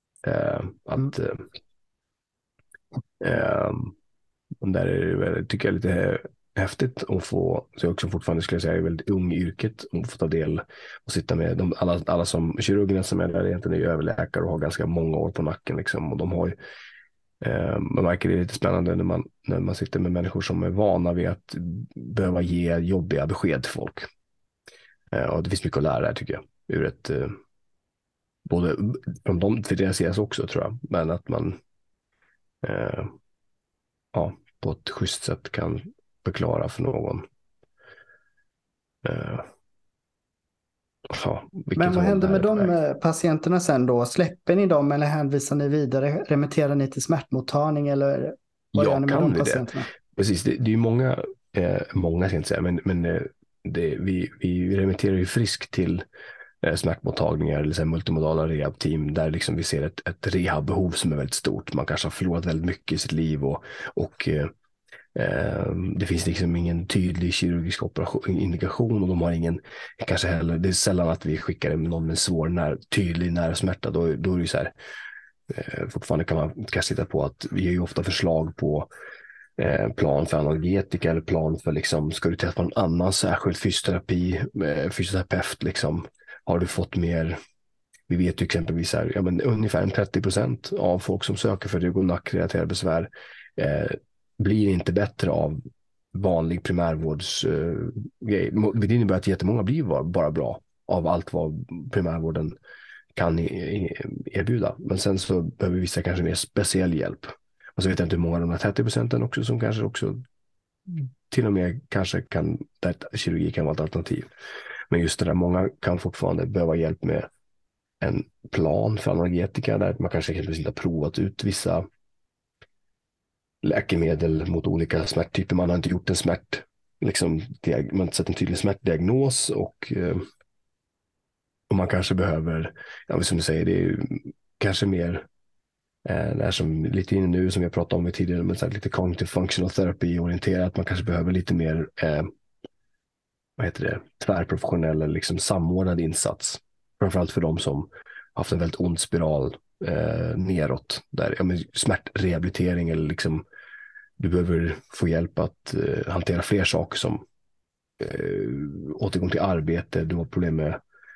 Där är det, tycker jag, lite häftigt att få, så jag också fortfarande skulle säga är väldigt ung i yrket och få ta del och sitta med alla som kirurgerna som är där egentligen är överläkare och har ganska många år på nacken liksom, och de har ju man märker det är lite spännande när man sitter med människor som är vana vid att behöva ge jobbiga besked till folk. Och det finns mycket att lära där tycker jag. Ur ett, både från dem, för deras sida också tror jag, men att man på ett schysst sätt kan förklara för någon. Men vad händer med de patienterna sen då? Släpper ni dem eller hänvisar ni vidare? Remitterar ni till smärtmottagning eller vad gör ni med de patienterna? Precis, det är ju många ska jag inte säga, men vi remitterar ju friskt till smärtmottagningar eller så multimodala rehabteam där liksom vi ser ett rehabbehov som är väldigt stort. Man kanske har förlorat väldigt mycket i sitt liv och det finns liksom ingen tydlig kirurgisk indikation och de har ingen, kanske heller, det är sällan att vi skickar någon med svår tydlig nervsmärta, då är det ju så här, fortfarande kan man kanske titta på att vi ger ju ofta förslag på plan för analgetika eller plan för liksom, ska du testa någon annan särskild fysioterapeut liksom, har du fått mer. Vi vet ju exempelvis här, ja, men ungefär 30% av folk som söker för rygg- och nackrelaterade besvär blir inte bättre av vanlig primärvårdsgrej. Det innebär att jättemånga blir bara bra av allt vad primärvården kan erbjuda. Men sen så behöver vissa kanske mer speciell hjälp. Och så vet jag inte hur många av de här 30% också som kanske också till och med kanske kan, där kirurgi kan vara ett alternativ. Men just det där, många kan fortfarande behöva hjälp med en plan för analgetika där man kanske inte har provat ut vissa läkemedel mot olika smärttyper. Man har inte gjort en man har inte sett en tydlig smärtdiagnos och man kanske behöver, ja, som du säger, det är ju kanske mer det här som lite inne nu som jag pratade om tidigare, men så här, lite cognitive functional therapy orienterat. Man kanske behöver lite mer vad heter det, tvärprofessionell eller liksom samordnad insats. Framförallt för de som haft en väldigt ond spiral neråt. Där, ja, men smärtrehabilitering eller liksom du behöver få hjälp att hantera fler saker som återgång till arbete, du har problem med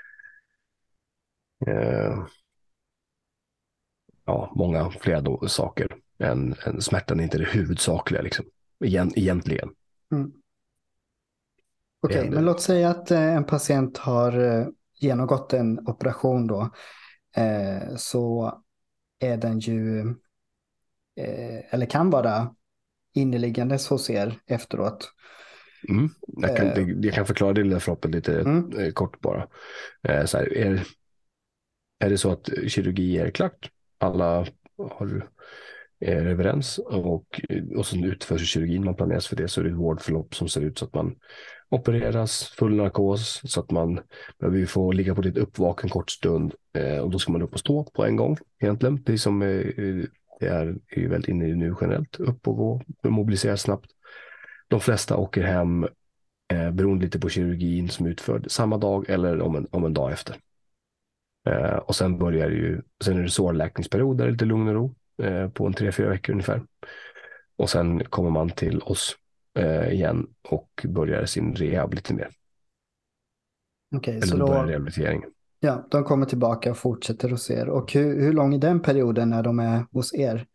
många fler saker än smärtan är inte det huvudsakliga liksom, egentligen. Mm. Okej, men låt säga att en patient har genomgått en operation då, så är den ju, eller kan vara inneliggande hos er efteråt. Jag kan förklara det lilla förloppet lite kort bara. Så här, är det så att kirurgi är klart, alla är överens och så utförs kirurgin, man planeras för det, så är det ett vårdförlopp som ser ut så att man opereras, full narkos, så att man behöver få ligga på lite uppvak en kort stund och då ska man upp och stå på en gång egentligen. Det som det är ju väldigt inne i nu generellt, upp och gå, mobilisera snabbt. De flesta åker hem beroende lite på kirurgin som är utförd samma dag eller om en dag efter. Och sen sen är det sårläkningsperiod där det är lite lugn och ro på en 3-4 veckor ungefär. Och sen kommer man till oss igen och börjar sin rehab lite mer. Okej, eller så då börjar då, rehabiliteringen. ja, de kommer tillbaka och fortsätter hos er. Och hur lång är den perioden när de är hos er?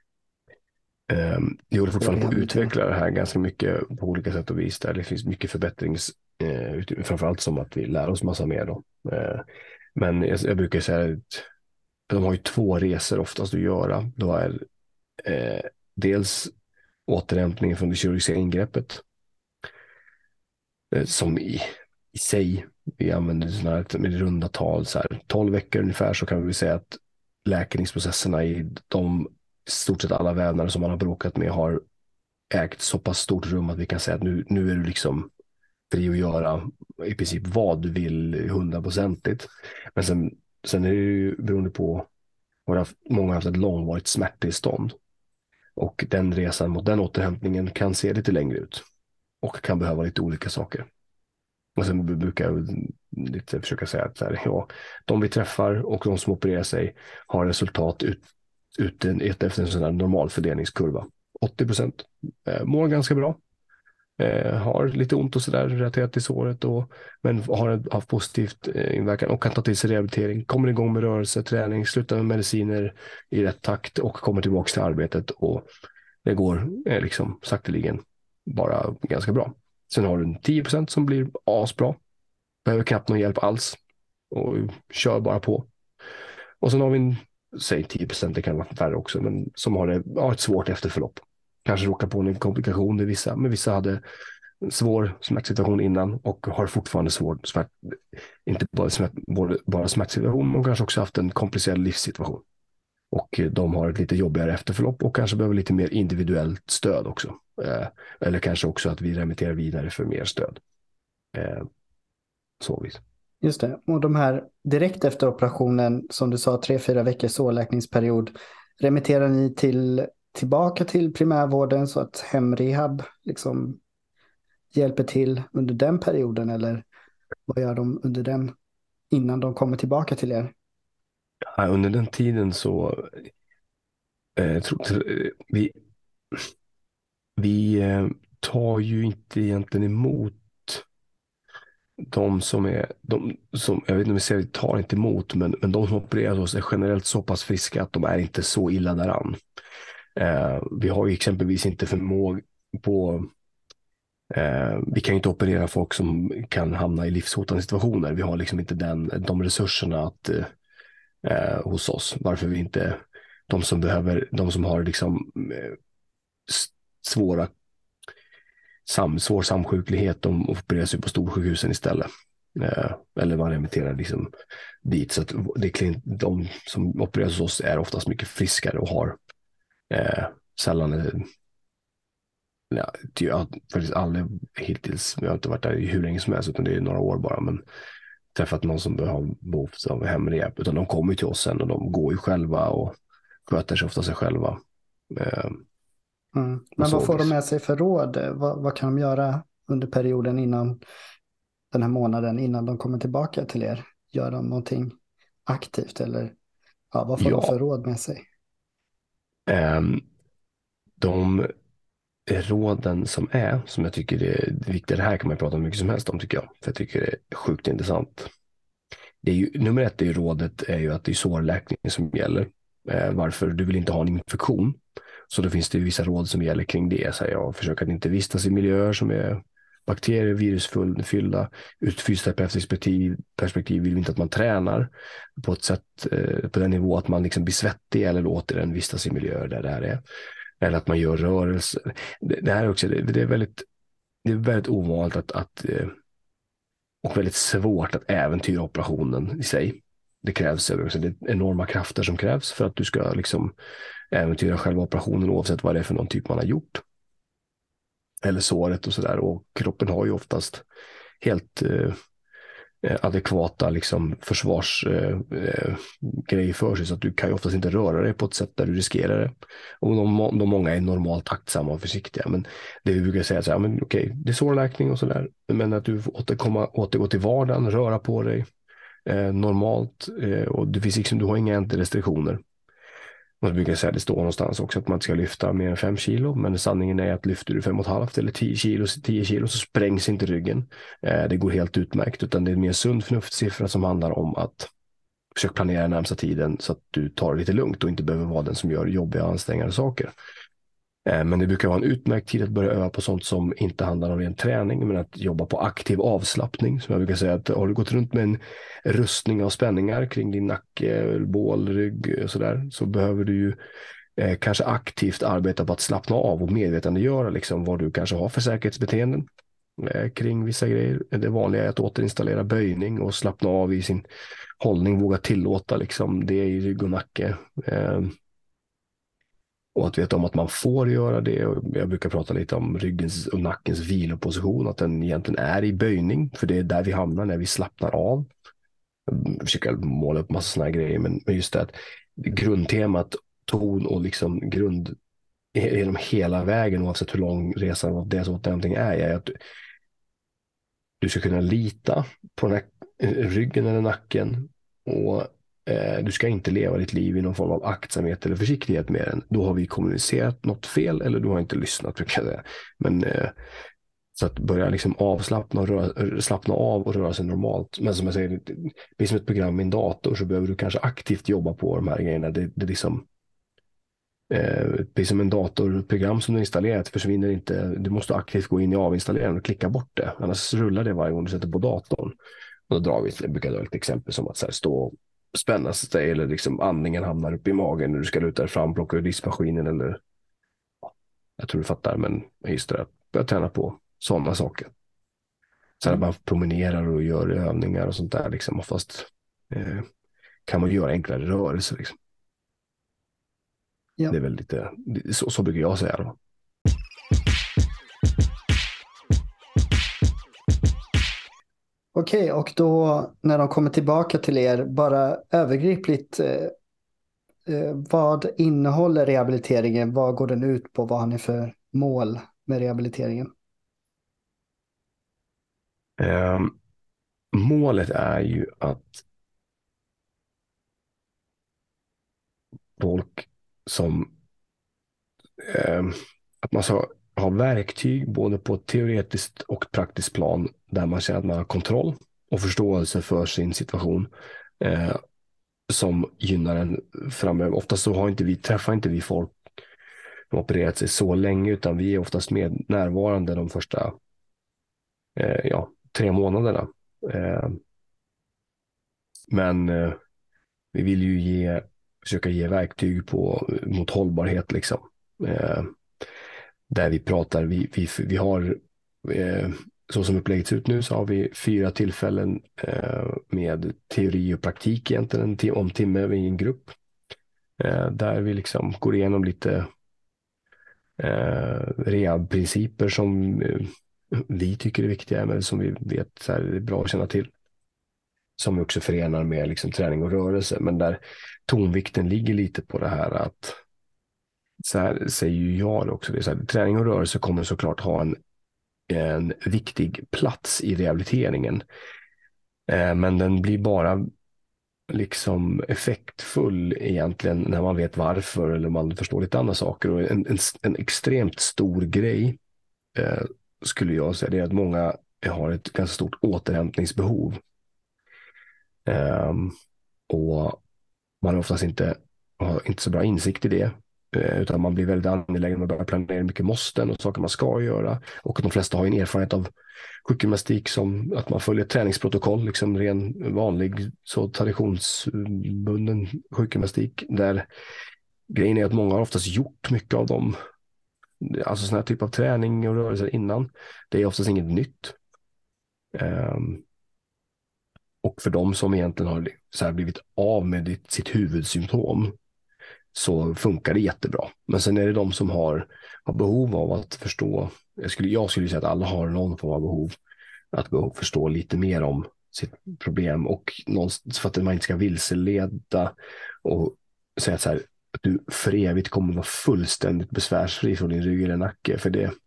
Vi håller fortfarande på att utveckla det här ganska mycket på olika sätt och vis. Där det finns mycket framförallt som att vi lär oss massa mer då. Men jag brukar säga att de har ju 2 resor oftast att göra. Då är dels återhämtningen från det kirurgiska ingreppet som i sig, vi använder sådana här med runda tal, så här 12 veckor ungefär, så kan vi säga att läkningsprocesserna i stort sett alla vävnader som man har bråkat med har ägt så pass stort rum att vi kan säga att nu är du liksom fri att göra i princip vad du vill 100%. Men sen är det ju beroende på många har haft ett långvarigt smärttillstånd och den resan mot den återhämtningen kan se lite längre ut och kan behöva lite olika saker. Och sen brukar jag lite försöka säga att de vi träffar och de som opererar sig har resultat efter en sån här normal fördelningskurva. 80% mår ganska bra. Har lite ont och sådär relaterat till såret men har haft positivt inverkan och kan ta till sig rehabilitering, kommer igång med rörelse, träning, slutar med mediciner i rätt takt och kommer tillbaka till arbetet och det går liksom sakteligen bara ganska bra. Sen har du 10% som blir asbra, behöver knappt någon hjälp alls och kör bara på. Och sen har vi säg 10%, det kan vara färre också, men som har ett svårt efterförlopp. Kanske råkar på en komplikation i vissa, men vissa hade en svår smärtsituation innan och har fortfarande svår inte bara smärtsituation, men kanske också haft en komplicerad livssituation. Och de har ett lite jobbigare efterförlopp och kanske behöver lite mer individuellt stöd också. Eller kanske också att vi remitterar vidare för mer stöd. Så vis. Just det, och de här direkt efter operationen, som du sa, 3-4 veckors sårläkningsperiod, remitterar ni tillbaka till primärvården så att hemrehab liksom hjälper till under den perioden, eller vad gör de under den innan de kommer tillbaka till er? Ja, under den tiden så vi tar ju inte egentligen emot de som jag vet inte om vi säger vi tar inte emot, men de som opererar oss är generellt så pass friska att de är inte så illa däran. Vi har ju exempelvis inte förmåga på vi kan ju inte operera folk som kan hamna i livshotande situationer. Vi har liksom inte de resurserna hos oss. Varför vi inte, de som har liksom svår samsjuklighet, de opereras ju på storsjukhusen istället. Eller man remitterar liksom dit. Så att de som opereras hos oss är oftast mycket friskare och har sällan jag har faktiskt aldrig hittills, jag har inte varit där hur länge som helst, utan det är några år bara, men träffat någon som har behov av hemrehab, utan de kommer till oss sen och de går ju själva och sköter sig ofta sig själva. Men vad får de med sig för råd? Vad kan de göra under perioden innan den här månaden, innan de kommer tillbaka till er? Gör de någonting aktivt eller vad får de för råd med sig? De råden som jag tycker är viktiga, det här kan man prata om mycket som helst om, tycker jag, för jag tycker det är sjukt intressant. Det är ju, nummer ett är ju rådet är ju att det är sårläkning som gäller. Varför du vill inte ha en infektion. Så då finns det vissa råd som gäller kring det. Så jag försöker att inte vistas i miljöer som är bakterier, virusfyllda. Ur ett fysioterapeutiskt perspektiv vill vi inte att man tränar på ett sätt, på den nivå att man liksom blir svettig eller låter den vistas i miljöer där det här är. Eller att man gör rörelser. Det här är också, det är väldigt ovanligt och väldigt svårt att äventyra operationen i sig. Det krävs också, det är enorma krafter som krävs för att du ska liksom äventyra själva operationen, oavsett vad det är för någon typ man har gjort. Eller såret och sådär. Och kroppen har ju oftast helt adekvata liksom försvarsgrejer för sig, så att du kan ju oftast inte röra dig på ett sätt där du riskerar det. Och de många är normalt aktsamma och försiktiga, men det vi brukar säga så här, men okej, det är sårläkning och sådär, men att du får återgå till vardagen, röra på dig normalt, och det finns liksom, du har inga restriktioner. Man brukar säga, det står någonstans också att man ska lyfta mer än 5 kilo, men sanningen är att lyfter du 5,5 eller 10 kilo så sprängs inte ryggen. Det går helt utmärkt, utan det är en mer sund förnuftssiffra som handlar om att försöka planera närmsta tiden så att du tar det lite lugnt och inte behöver vara den som gör jobbiga och ansträngande saker. Men det brukar vara en utmärkt tid att börja öva på sånt som inte handlar om ren träning, men att jobba på aktiv avslappning. Som jag brukar säga, att har du gått runt med en rustning av spänningar kring din nacke, bål, rygg och sådär, så behöver du ju kanske aktivt arbeta på att slappna av och medvetandegöra liksom vad du kanske har för säkerhetsbeteenden kring vissa grejer. Det vanliga är att återinstallera böjning och slappna av i sin hållning, våga tillåta liksom det i rygg och nacke. Och att veta om att man får göra det. Och jag brukar prata lite om ryggens och nackens viloposition, att den egentligen är i böjning, för det är där vi hamnar när vi slappnar av. Jag försöker måla upp massa såna här grejer, men just det att grundtemat, ton och liksom grund genom hela vägen, oavsett hur lång resan av det någonting är att du ska kunna lita på den här ryggen eller nacken, och du ska inte leva ditt liv i någon form av aktsamhet eller försiktighet med den. Då har vi kommunicerat något fel, eller du har inte lyssnat, brukar jag säga. Men så att börja liksom avslappna och slappna av och röra sig normalt. Men som jag säger, det är som ett program i en dator, så behöver du kanske aktivt jobba på de här grejerna. Det liksom det är som en datorprogram som du installerat, försvinner inte. Du måste aktivt gå in i avinstalleringen och klicka bort det. Annars rullar det varje gång du sätter på datorn. Och då brukar jag dra ett exempel som att så här, stå och spänna sig, eller liksom andningen hamnar upp i magen när du ska luta dig fram, plocka ur diskmaskinen, eller jag tror du fattar, men just det, börja träna på sådana saker. Så att man promenerar och gör övningar och sånt där liksom, oftast kan man göra enklare rörelser liksom. Ja. Det är väl lite så brukar jag säga då. Okej, och då när de kommer tillbaka till er, bara övergripligt, vad innehåller rehabiliteringen? Vad går den ut på? Vad har ni för mål med rehabiliteringen? Målet är ju att folk som att man ska ha verktyg både på ett teoretiskt och praktiskt plan, där man känner att man har kontroll och förståelse för sin situation, som gynnar en framöver. Oftast så träffar inte vi folk som opererat sig så länge, utan vi är oftast närvarande de första 3 månaderna. Men vi vill ju försöka ge verktyg mot hållbarhet liksom. Där vi pratar, vi har så som upplägget ser ut nu så har vi 4 tillfällen med teori och praktik egentligen om timme i en grupp. Där vi liksom går igenom lite rehabprinciper som vi tycker är viktiga men som vi vet så här, är bra att känna till. Som vi också förenar med liksom träning och rörelse, men där tonvikten ligger lite på det här att så här säger ju jag också, det är så här, träning och rörelse kommer såklart ha en viktig plats i rehabiliteringen. Men den blir bara liksom effektfull egentligen när man vet varför eller man förstår lite andra saker. Och en extremt stor grej skulle jag säga det är att många har ett ganska stort återhämtningsbehov. Och man har oftast inte så bra insikt i det. Utan man blir väldigt angelägen om att börja planera mycket måsten och saker man ska göra. Och de flesta har en erfarenhet av sjukgymnastik som att man följer träningsprotokoll, liksom ren vanlig så traditionsbunden sjukgymnastik. Där grejen är att många har oftast gjort mycket av dem. Alltså sån här typ av träning och rörelser innan. Det är oftast inget nytt. Och för de som egentligen har så här blivit av med sitt huvudsymptom så funkar det jättebra. Men sen är det de som har behov av att förstå. Jag skulle säga att alla har någon form av behov att förstå lite mer om sitt problem och för att man inte ska vilseleda och säga så här att du för evigt kommer vara fullständigt besvärsfri från din rygg eller nacke, för det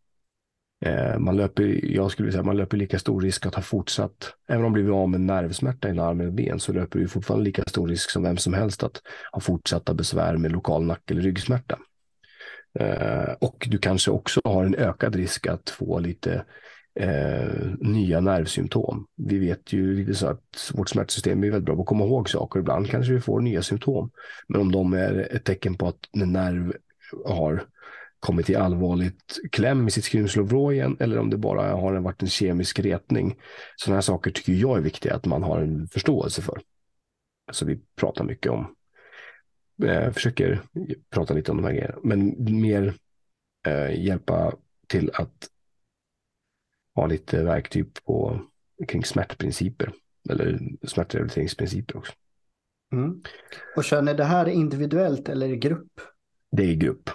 jag skulle säga man löper lika stor risk att ha fortsatt, även om man blir av med nervsmärta i en arm eller ben, så löper du fortfarande lika stor risk som vem som helst att ha fortsatta besvär med lokal nack- eller ryggsmärta. Och du kanske också har en ökad risk att få lite nya nervsymptom. Vi vet ju lite så att vårt smärtsystem är väldigt bra på att komma ihåg saker. Ibland kanske vi får nya symptom, men om de är ett tecken på att en nerv har kommit i allvarligt kläm i sitt skrymslovrå igen, eller om det bara har varit en kemisk retning. Sådana här saker tycker jag är viktiga att man har en förståelse för. Så vi pratar mycket om, försöker prata lite om de här grejerna, men mer hjälpa till att ha lite verktyg kring smärtprinciper eller smärtrehabiliteringsprinciper också. Mm. Och kör ni det här individuellt eller i grupp? Det är i grupp.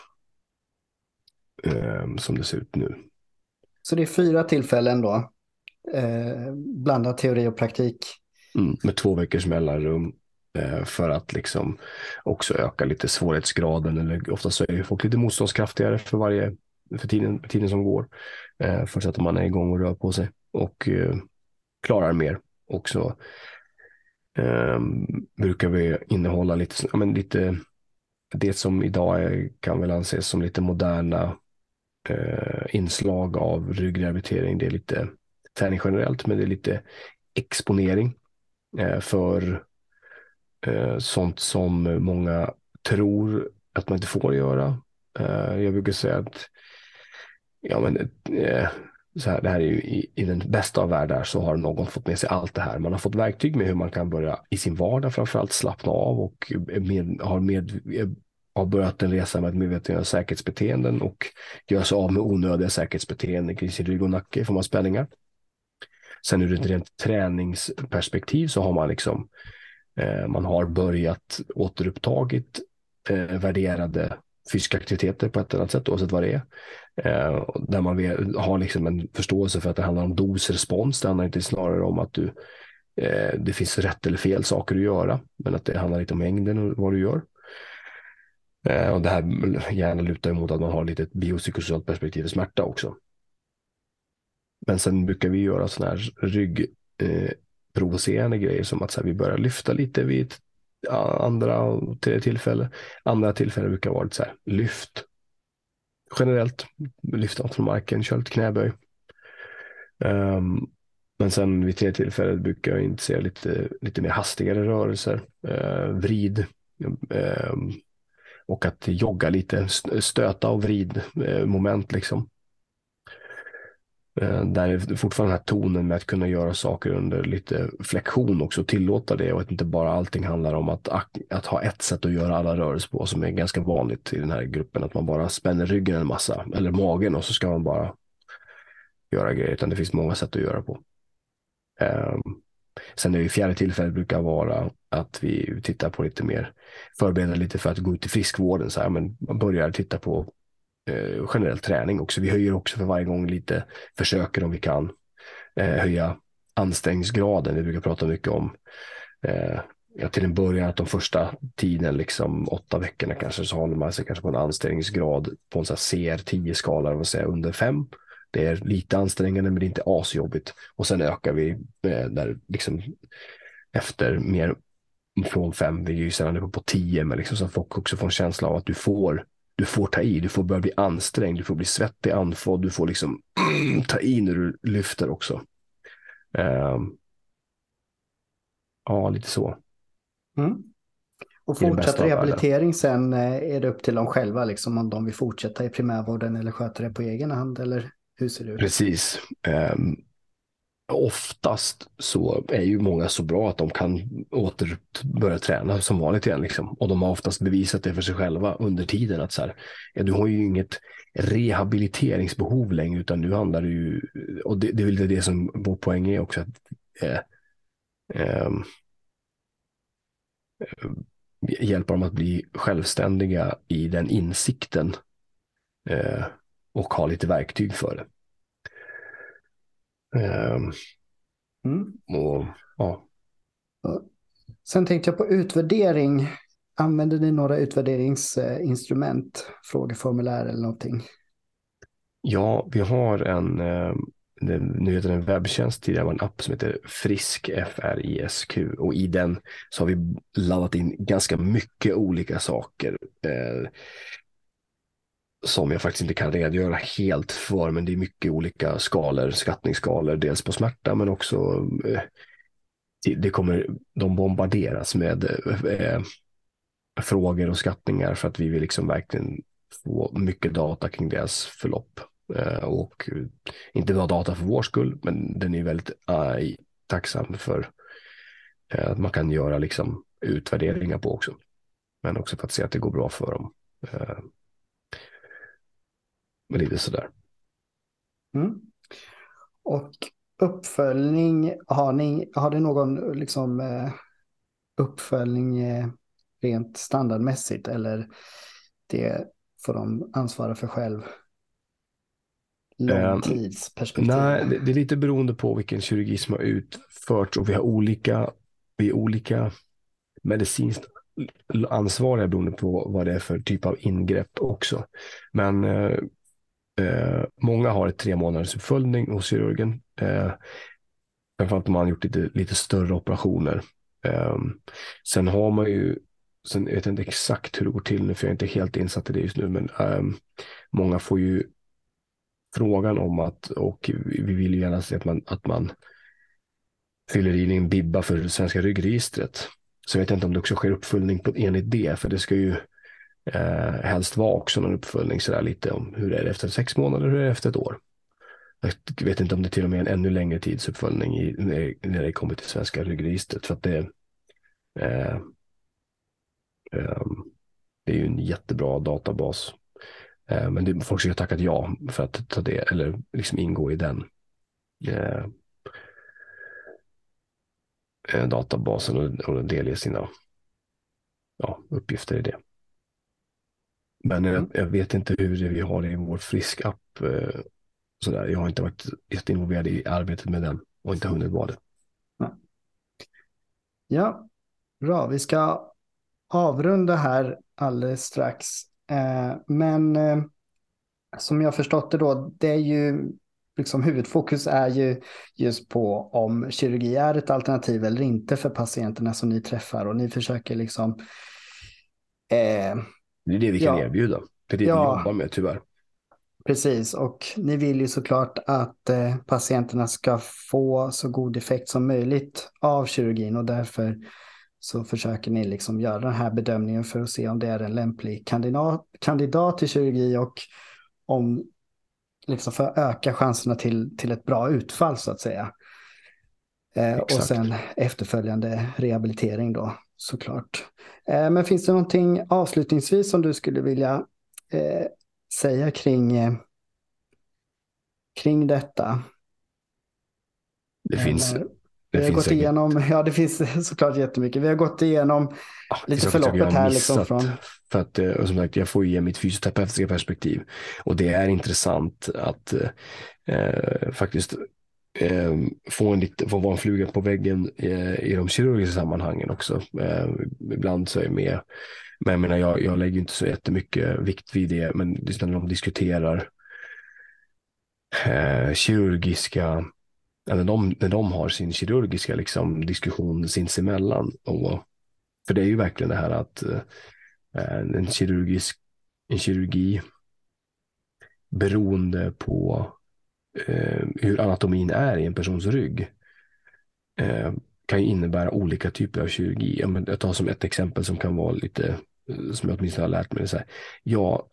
Som det ser ut nu. Så det är 4 tillfällen då. Blandat teori och praktik. Med 2 veckors mellanrum. För att liksom också öka lite svårighetsgraden. Eller ofta så är folk lite motståndskraftigare för tiden som går. För så att man är igång och rör på sig. Och klarar mer. Också brukar vi innehålla lite det som idag kan väl anses som lite moderna inslag av ryggrehabilitering. Det är lite träning generellt, men det är lite exponering för sånt som många tror att man inte får göra. Jag brukar säga att så här, det här är ju i den bästa av världar så har någon fått med sig allt det här. Man har fått verktyg med hur man kan börja i sin vardag framförallt slappna av och har börjat en resa med att medvetna säkerhetsbeteenden och göra sig av med onödiga säkerhetsbeteenden kring sin rygg och nacke i form av spänningar. Sen ur ett rent träningsperspektiv så har man liksom man har börjat återupptagit värderade fysiska aktiviteter på ett eller annat sätt oavsett vad det är. Där man har liksom en förståelse för att det handlar om dosrespons. Det handlar inte snarare om att det finns rätt eller fel saker att göra, men att det handlar lite om mängden och vad du gör. Och det här gärna lutar emot att man har lite ett biopsykosocialt perspektiv i smärta också. Men sen brukar vi göra såna här ryggprovocerande grejer som att så här, vi börjar lyfta lite vid andra tillfällen. Andra tillfällen brukar vara så här, lyft. Generellt lyfta från marken, kör lite knäböj. Men sen vid 3 tillfällen brukar jag intressera lite mer hastigare rörelser. Vrid. Och att jogga lite, stöta och vrid moment liksom. Där är fortfarande den här tonen med att kunna göra saker under lite flexion också, tillåta det och att inte bara allting handlar om att ha ett sätt att göra alla rörelser på som är ganska vanligt i den här gruppen, att man bara spänner ryggen en massa eller magen och så ska man bara göra grejer, utan det finns många sätt att göra på. Sen är ju fjärde tillfället brukar vara att vi tittar på lite mer, förbereder lite för att gå ut i friskvården så här, men man börjar titta på generell träning också. Vi höjer också för varje gång lite, försöker om vi kan höja ansträngningsgraden. Vi brukar prata mycket om till en början att de första tiden, liksom 8 veckorna kanske, så håller man sig kanske på en ansträngningsgrad på en sån här CR10-skala, vad säger under 5. Det är lite ansträngande men det är inte asjobbigt. Och sen ökar vi där liksom efter mer från 5, vi är ju sedan på 10, men liksom så att folk också får en känsla av att du får ta i, du får börja bli ansträngd, du får bli svettig, andfådd, du får liksom ta i när du lyfter också. Ja, lite så. Mm. Och fortsatt rehabilitering sen är det upp till dem själva liksom, om de vill fortsätta i primärvården eller sköta det på egen hand, eller hur ser det ut? Precis. Oftast så är ju många så bra att de kan börja träna som vanligt igen liksom. Och de har oftast bevisat det för sig själva under tiden att så här, ja, du har ju inget rehabiliteringsbehov längre, utan nu handlar det ju, och det är väl det som vår poäng är också, att hjälpa dem att bli självständiga i den insikten och ha lite verktyg för det. Och, ja. Sen tänkte jag på utvärdering. Använder ni några utvärderingsinstrument? Frågeformulär eller någonting? Ja, vi har nu heter det en webbtjänst, tidigare var en app som heter Frisk, FRISQ, och i den så har vi laddat in ganska mycket olika saker som jag faktiskt inte kan redogöra helt för, men det är mycket olika skalor, skattningsskalor, dels på smärta men också de bombarderas med frågor och skattningar för att vi vill liksom verkligen få mycket data kring deras förlopp. Och inte bara data för vår skull, men den är väldigt tacksam för att man kan göra liksom utvärderingar på också. Men också för att se att det går bra för dem. Men lite sådär. Och uppföljning, har det någon liksom uppföljning rent standardmässigt, eller det får de ansvara för själv? Långtidsperspektiv? Nej, det är lite beroende på vilken kirurgi som har utförts, och vi är olika medicinskt ansvariga beroende på vad det är för typ av ingrepp också. Men många har ett 3 månaders uppföljning hos kirurgen. Framförallt om man har gjort lite större operationer. Sen har man ju, sen vet jag inte exakt hur det går till nu, för jag är inte helt insatt i det just nu, men många får ju frågan om och vi vill ju gärna se att man fyller in en bibba för det svenska ryggregistret. Så jag vet inte om det också sker uppföljning enligt det, för det ska ju helst vara också någon uppföljning sådär lite om hur det är efter 6 månader, hur det är efter ett år. Jag vet inte om det till och med är en ännu längre tidsuppföljning när det kommer till svenska ryggregistret, för att det är ju en jättebra databas. Men folk ska ju ha tackat ja för att ta det, eller liksom ingå i den databasen och delge sina uppgifter i det. Men jag vet inte hur vi har det i vår Frisk-app. Sådär. Jag har inte varit jätteinvolverad i arbetet med den och inte hunnit vara det. Ja, bra. Vi ska avrunda här alldeles strax. Men som jag förstått det då, det är ju liksom huvudfokus är ju just på om kirurgi är ett alternativ eller inte för patienterna som ni träffar, och ni försöker liksom det är det vi kan erbjuda. Det är det vi jobbar med, tyvärr. Precis, och ni vill ju såklart att patienterna ska få så god effekt som möjligt av kirurgin, och därför så försöker ni liksom göra den här bedömningen för att se om det är en lämplig kandidat till kirurgi, och om liksom för att öka chanserna till ett bra utfall så att säga. Och Exakt. sen efterföljande rehabilitering då såklart. Men finns det någonting avslutningsvis som du skulle vilja säga kring detta? Det finns, Eller, det vi har finns gått säkert, igenom, ja det finns såklart jättemycket. Vi har gått igenom det finns lite saker jag förloppet har här liksom missat. från... För att, och som sagt, jag får ju ge mitt fysioterapeutiska perspektiv. Och det är intressant att faktiskt få vara en fluga på väggen i de kirurgiska sammanhangen också. Ibland så är jag med. Men jag menar, jag lägger inte så jättemycket vikt vid det. Men just när de diskuterar kirurgiska, eller när de har sin kirurgiska liksom, diskussion sinsemellan. För det är ju verkligen det här att en kirurgi beroende på hur anatomin är i en persons rygg kan ju innebära olika typer av kirurgi. Jag tar som ett exempel som kan vara lite, som jag åtminstone har lärt mig, det så här. Ja,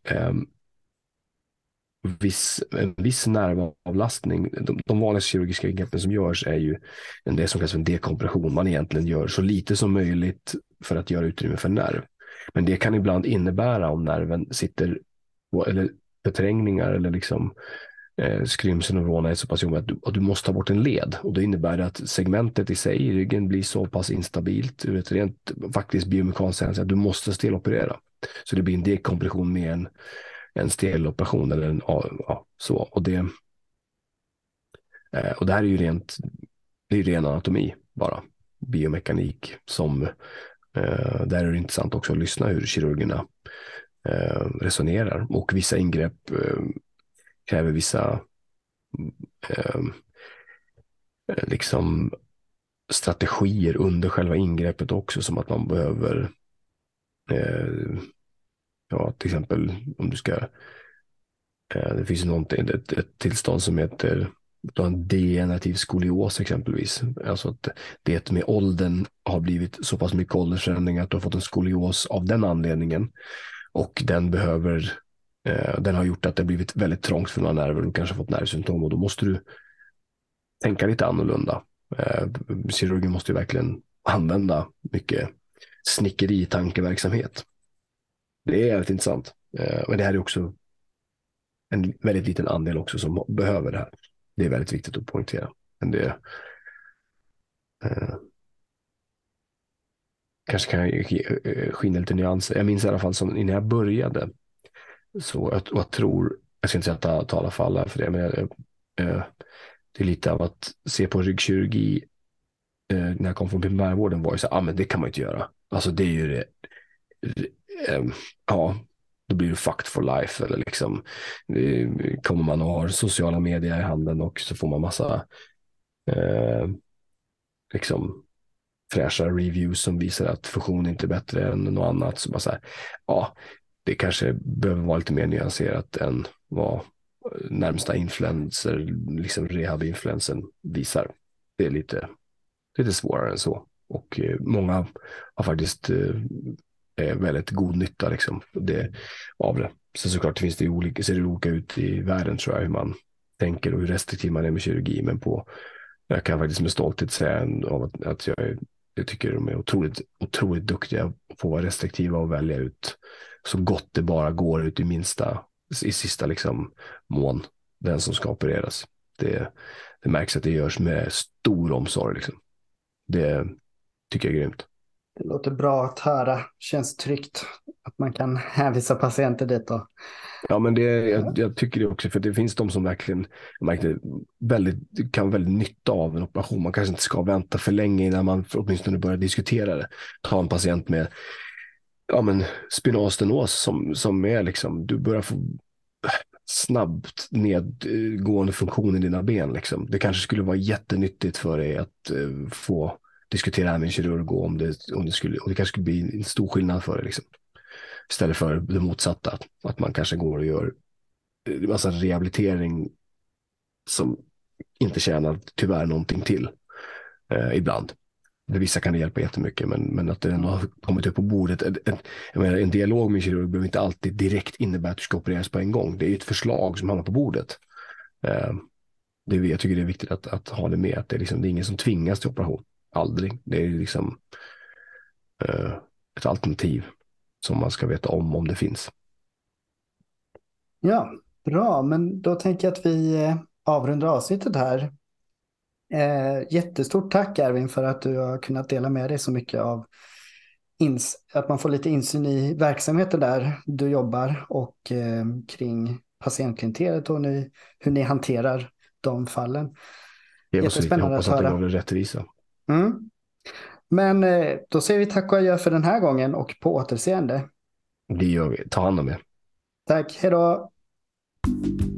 en viss nervavlastning, de vanligaste kirurgiska ingreppen som görs är ju det som kallas för en dekompression. Man egentligen gör så lite som möjligt för att göra utrymme för nerv. Men det kan ibland innebära om nerven sitter på, eller förträngningar eller liksom skrymselneuroner är så pass jobbigt att du måste ta bort en led. Och det innebär att segmentet i sig i ryggen blir så pass instabilt ur ett rent faktiskt biomekaniskt hänsyn att du måste steloperera. Så det blir en dekompression med en steloperation eller så. Och det här är ju ren anatomi bara. Biomekanik som där är det intressant också att lyssna hur kirurgerna resonerar. Och vissa ingrepp kräver vissa liksom strategier under själva ingreppet också, som att man behöver till exempel om du ska det finns ett tillstånd som heter en degenerativ skolios exempelvis. Alltså att det med åldern har blivit så pass mycket åldersförändringar att du har fått en skolios av den anledningen, och den har gjort att det har blivit väldigt trångt för några nerver och kanske fått nervsymptom, och då måste du tänka lite annorlunda. Kirurgen måste ju verkligen använda mycket snickeri i tankeverksamhet. Det är jävligt intressant. Men det här är också en väldigt liten andel också som behöver det här. Det är väldigt viktigt att poängtera. Men det kanske kan jag skina lite nyanser. Jag minns i alla fall som när jag började, så jag tror, jag ska inte säga att jag talar för alla för det, men det är lite av att se på ryggkirurgi när jag kom från primärvården var ju så men det kan man inte göra. Alltså det är ju det. Då blir det fucked for life, eller liksom kommer man och har sociala medier i handen och så får man massa liksom fräscha reviews som visar att fusion inte är bättre än något annat, så bara så här, det kanske behöver vara lite mer nyanserat än vad närmsta influencer, liksom rehab-influensen visar. Det är lite svårare än så, och många har faktiskt väldigt god nytta liksom, av det. Så såklart ser det olika ut i världen, tror jag, hur man tänker och hur restriktiv man är med kirurgi, men jag kan faktiskt med stolthet säga att jag tycker de är otroligt duktiga på att vara restriktiva och välja ut så gott det bara går ut i sista liksom mån den som ska opereras. Det märks att det görs med stor omsorg liksom. Det tycker jag är grymt. Det låter bra att höra. Känns tryggt att man kan hänvisa patienter dit. Ja, men jag tycker det också, för det finns de som verkligen kan väldigt nytta av en operation. Man kanske inte ska vänta för länge innan man åtminstone börjar diskutera det. Ta en patient med spinal stenos som är liksom, du börjar få snabbt nedgående funktion i dina ben liksom. Det kanske skulle vara jättenyttigt för dig att få diskutera med en kirurg om det kanske skulle bli en stor skillnad för dig liksom. Istället för det motsatta, att man kanske går och gör en massa rehabilitering som inte tjänar tyvärr någonting till ibland. För vissa kan det hjälpa jättemycket, men att det ändå har kommit upp på bordet. En dialog med kirurg behöver inte alltid direkt innebära att du ska opereras på en gång. Det är ju ett förslag som hamnar på bordet. Eh, jag tycker det är viktigt att ha det med, att det är ingen som tvingas till operation. Aldrig. Det är liksom ett alternativ som man ska veta om det finns. Ja, bra. Men då tänker jag att vi avrundar avsnittet här. Jättestort tack Ervin för att du har kunnat dela med dig så mycket av att man får lite insyn i verksamheten där du jobbar och kring patientklientelet och hur ni hanterar de fallen. Jag Jättespännande hoppas att att det höra. gav det rättvisa. Mm. Men då säger vi tack och adjö för den här gången och på återseende. Det gör vi. Ta hand om er. Tack, hej då!